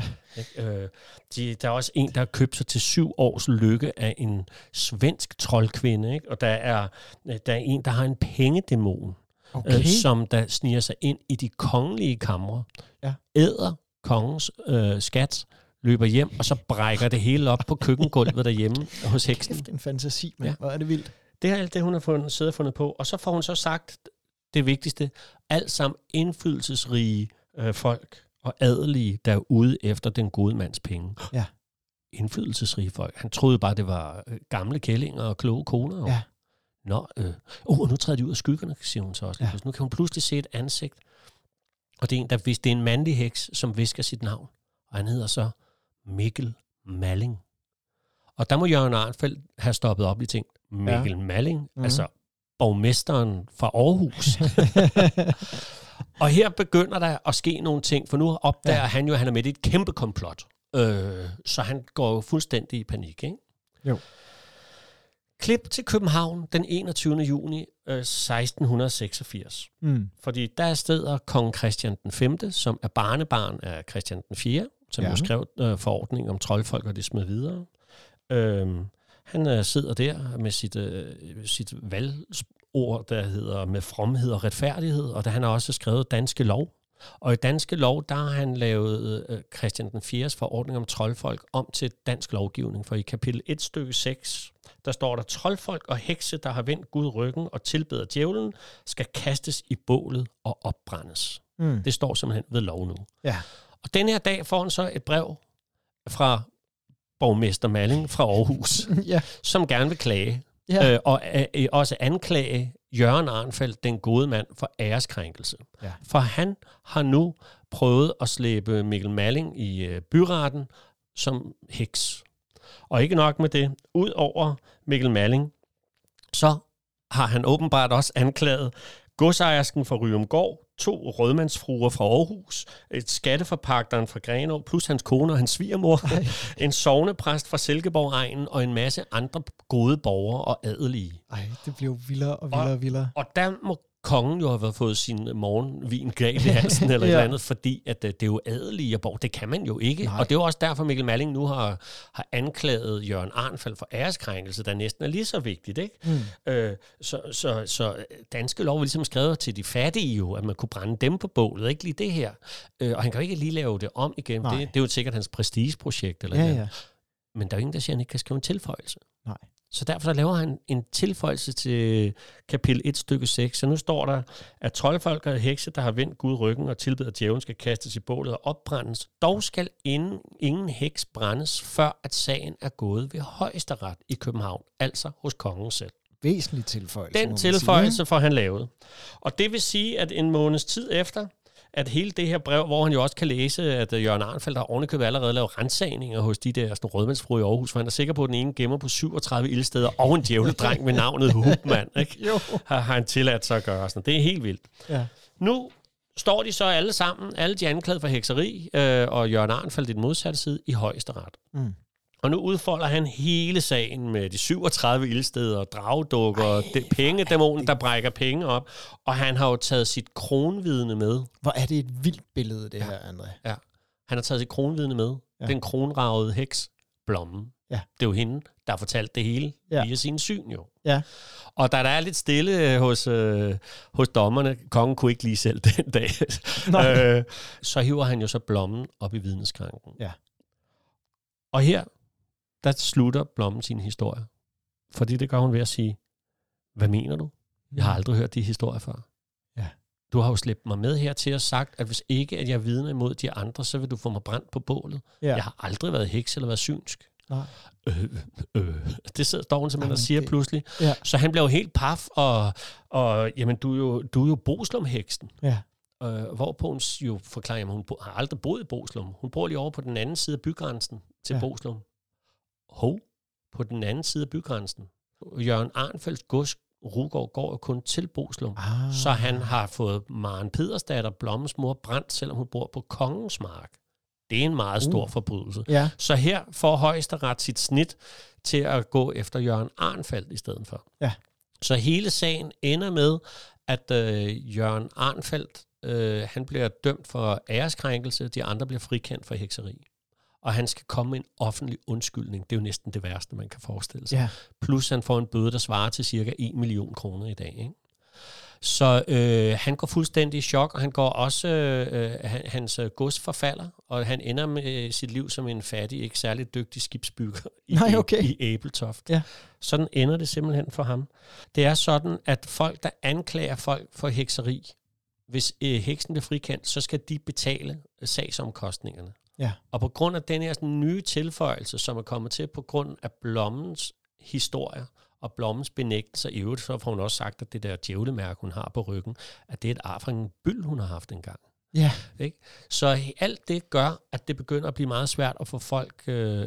Ja. Der er også en, der har købt sig til 7 års lykke af en svensk troldkvinde. Ikke? Og der er en, der har en pengedæmon, som der sniger sig ind i de kongelige kamre, æder kongens skat, løber hjem, og så brækker det hele op på køkkengulvet derhjemme hos heksen. Kæft, en fantasi, men hvor er det vildt. Det er alt det, hun har fundet på. Og så får hun så sagt det vigtigste. Alt sammen indflydelsesrige folk og adelige, der er ude efter den gode mands penge. Ja. Indflydelsesrige folk. Han troede bare, det var gamle kællinger og kloge koner. Ja. Nu træder de ud af skyggerne, siger hun så også. Ja. Nu kan hun pludselig se et ansigt. Og det er en mandlig heks, som visker sit navn. Og han hedder så Mikkel Malling. Og der må Jørgen Arnfeldt have stoppet op i ting. Mikkel Malling, altså borgmesteren fra Aarhus. Og her begynder der at ske nogle ting, for nu opdager han jo, at han er med i et kæmpe komplot. Så han går jo fuldstændig i panik, ikke? Jo. Klip til København den 21. juni 1686. Fordi der steder kong Christian den 5., som er barnebarn af Christian den 4., som jo skrev forordningen om troldfolk og det smed videre. Han sidder der med sit valgord, der hedder med fromhed og retfærdighed, og han har også skrevet danske lov. Og i danske lov, der har han lavet Christian den 4. forordning om troldfolk om til dansk lovgivning. For i kapitel 1 stykke 6, der står der, troldfolk og hekse, der har vendt Gud ryggen og tilbeder djævlen, skal kastes i bålet og opbrændes. Det står simpelthen ved lov nu. Ja. Og den her dag får han så et brev fra borgmester Malling fra Aarhus, som gerne vil klage. Ja. Og også anklage Jørgen Arnfeldt, den gode mand, for æreskrænkelse. Ja. For han har nu prøvet at slæbe Mikkel Malling i byretten som heks. Og ikke nok med det. Udover Mikkel Malling, så har han åbenbart også anklaget godsejersken fra Ryumgård, 2 rødmandsfruer fra Aarhus, et skatteforpagteren fra Grenaa, plus hans kone og hans svigermor, en sognepræst fra Silkeborg-egnen og en masse andre gode borgere og adelige. Ej, det bliver vildere og vildere og vildere. Og der må kongen jo have fået sin morgenvin galt i halsen eller et eller andet, fordi at det er jo adelige borg. Det kan man jo ikke. Nej. Og det er jo også derfor, Mikkel Malling nu har anklaget Jørgen Arnfeldt for æreskrænkelse, der næsten er lige så vigtigt, ikke? Så danske lov var ligesom skrevet til de fattige jo, at man kunne brænde dem på bålet, ikke lige det her. Og han kan jo ikke lige lave det om igen. Det er jo sikkert hans prestigeprojekt eller noget. Men der er jo ingen, der siger, at han ikke kan skrive en tilføjelse. Nej. Så derfor laver han en tilføjelse til kapitel 1 stykke 6. Så nu står der, at troldfolk og hekse, der har vendt Gud ryggen og tilbeder djævlen, skal kastes i bålet og opbrændes. Dog skal ingen heks brændes, før at sagen er gået ved Højesteret i København, altså hos kongen selv. Væsentlig tilføjelse. Den tilføjelse får han lavet. Og det vil sige, at en måneds tid efter, at hele det her brev, hvor han jo også kan læse, at Jørgen Arnfeldt har ovenikøbet allerede lavet ransagninger hos de der rødmandsfruer i Aarhus, for han er sikker på, at den ene gemmer på 37 ildsteder og en djævledreng med navnet Hubmand, ikke? Har han tilladt sig at gøre sådan. Det er helt vildt. Ja. Nu står de så alle sammen, alle de anklaget for hekseri, og Jørgen Arnfeldt i den modsatte side, i Højesteret. Og nu udfolder han hele sagen med de 37 ildsteder og dragdukker og pengedæmonen, der brækker penge op. Og han har jo taget sit kronvidne med. Hvor er det et vildt billede, det her, André. Ja, han har taget sit kronvidne med. Ja. Den kronragede heks, Blommen. Ja. Det er jo hende, der har fortalt det hele via sin syn jo. Ja. Og da der er lidt stille hos dommerne, kongen kunne ikke lige selv den dag, så hiver han jo så Blommen op i vidneskranken. Ja. Og her, der slutter Blommen sin historie. Fordi det gør hun ved at sige, hvad mener du? Jeg har aldrig hørt de historier før. Ja. Du har jo slæbt mig med her til og sagt, at hvis ikke at jeg vidner imod de andre, så vil du få mig brændt på bålet. Ja. Jeg har aldrig været heks eller været synsk. Nej. Det står hun simpelthen og siger pludselig. Ja. Så han bliver jo helt paf, og jamen, du er jo Boslum-heksen. Ja. Hvorpå hun jo forklarer, at hun har aldrig boet i Boslum. Hun bor lige over på den anden side af bygrænsen til Boslum. På den anden side af bygrænsen. Jørgen Arnfeldts gods Rugård går jo kun til Boslum. Så han har fået Maren Pedersdatter, Blommens mor, brændt, selvom hun bor på Kongens Mark. Det er en meget stor forbrydelse. Ja. Så her får Højesteret sit snit til at gå efter Jørgen Arnfeldt i stedet for. Ja. Så hele sagen ender med, at Jørgen Arnfeldt han bliver dømt for æreskrænkelse, de andre bliver frikendt for hekseri. Og han skal komme med en offentlig undskyldning. Det er jo næsten det værste, man kan forestille sig. Ja. Plus han får en bøde, der svarer til cirka 1 million kroner i dag. Ikke? Så han går fuldstændig i chok, og han går også, hans gods forfalder, og han ender med sit liv som en fattig, ikke særlig dygtig skibsbygger i Ebeltoft. Ja. Sådan ender det simpelthen for ham. Det er sådan, at folk, der anklager folk for hekseri, hvis heksen bliver frikendt, så skal de betale sagsomkostningerne. Ja. Og på grund af den her sådan, nye tilføjelse, som er kommet til på grund af Blommens historier og Blommens benægtelser, i øvrigt, så får hun også sagt, at det der djævlemærke, hun har på ryggen, at det er et ar fra en byld, hun har haft engang. Ja. Ikke? Så alt det gør, at det begynder at blive meget svært at få folk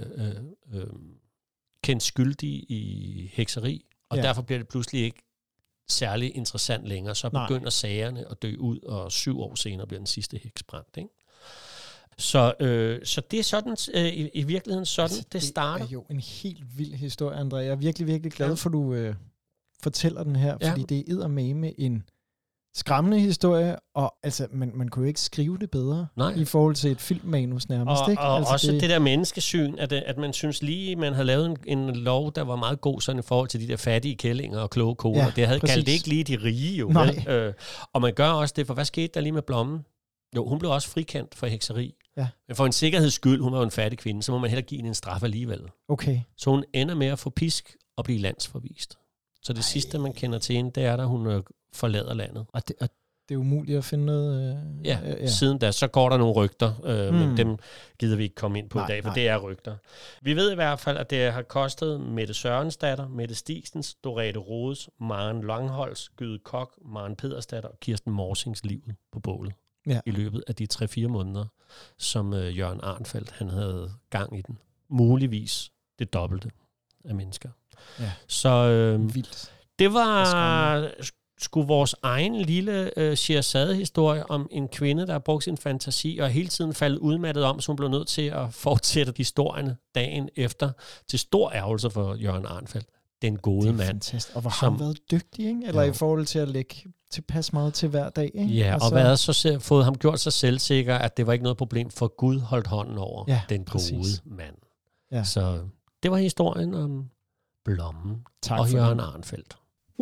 kendt skyldige i hekseri, og derfor bliver det pludselig ikke særlig interessant længere. Så begynder sagerne at dø ud, og 7 år senere bliver den sidste heks brændt, ikke? Så det er sådan, i virkeligheden sådan, det starter. Det er jo en helt vild historie, André. Jeg er virkelig, virkelig glad for, at du fortæller den her, fordi det er eddermame en skræmmende historie, og altså, man kunne jo ikke skrive det bedre i forhold til et filmmanus nærmest. Og, ikke? Og altså, også det der menneskesyn, at man synes lige, man havde lavet en lov, der var meget god sådan i forhold til de der fattige kællinger og kloge koner. Ja, det havde kaldt det ikke lige de rige jo. Og man gør også det, for hvad skete der lige med Blommen? Jo, hun blev også frikendt for hekseri. Ja. Men for en sikkerheds skyld, hun var jo en fattig kvinde, så må man heller give hende en straf alligevel. Okay. Så hun ender med at få pisk og blive landsforvist. Så det sidste, man kender til hende, det er, at hun forlader landet. Og det er umuligt at finde noget... Ja, siden da, så går der nogle rygter, men dem gider vi ikke komme ind på i dag, for det er rygter. Vi ved i hvert fald, at det har kostet Mette Sørensdatter, Mette Stigsens, Dorete Rodes, Maren Langholds, Gyde Kok, Maren Pedersdatter og Kirsten Morsings livet på bålet i løbet af de 3-4 måneder, som Jørgen Arnfeldt han havde gang i den. Muligvis det dobbelte af mennesker. Ja. Så vildt. Det var skulle vores egen lille Sheherazade-historie om en kvinde, der har brugt sin fantasi og hele tiden faldet udmattet om, så hun blev nødt til at fortsætte historierne dagen efter, til stor ærgelse for Jørgen Arnfeldt, den gode mand. Fantastisk. Og hvor har han været dygtig, ikke? Eller i forhold til at lægge tilpas meget til hver dag, ikke? Ja, og fået ham gjort sig selvsikker, at det var ikke noget problem, for Gud holdt hånden over den gode mand. Ja. Så det var historien om Blommen og Jørgen Arnfeldt.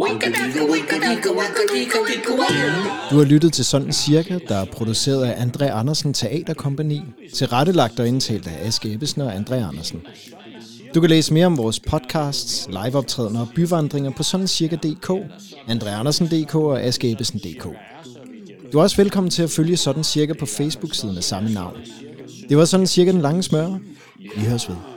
Du har lyttet til Sådan Cirka, der er produceret af André Andersen Teaterkompagni, tilrettelagt og indtalt af Aske Ebbesen og André Andersen. Du kan læse mere om vores podcasts, liveoptrædener og byvandringer på sådancirka.dk, andreandersen.dk og askeebbesen.dk. Du er også velkommen til at følge Sådan Cirka på Facebook-siden af samme navn. Det var Sådan Cirka den lange smør. Vi høres ved.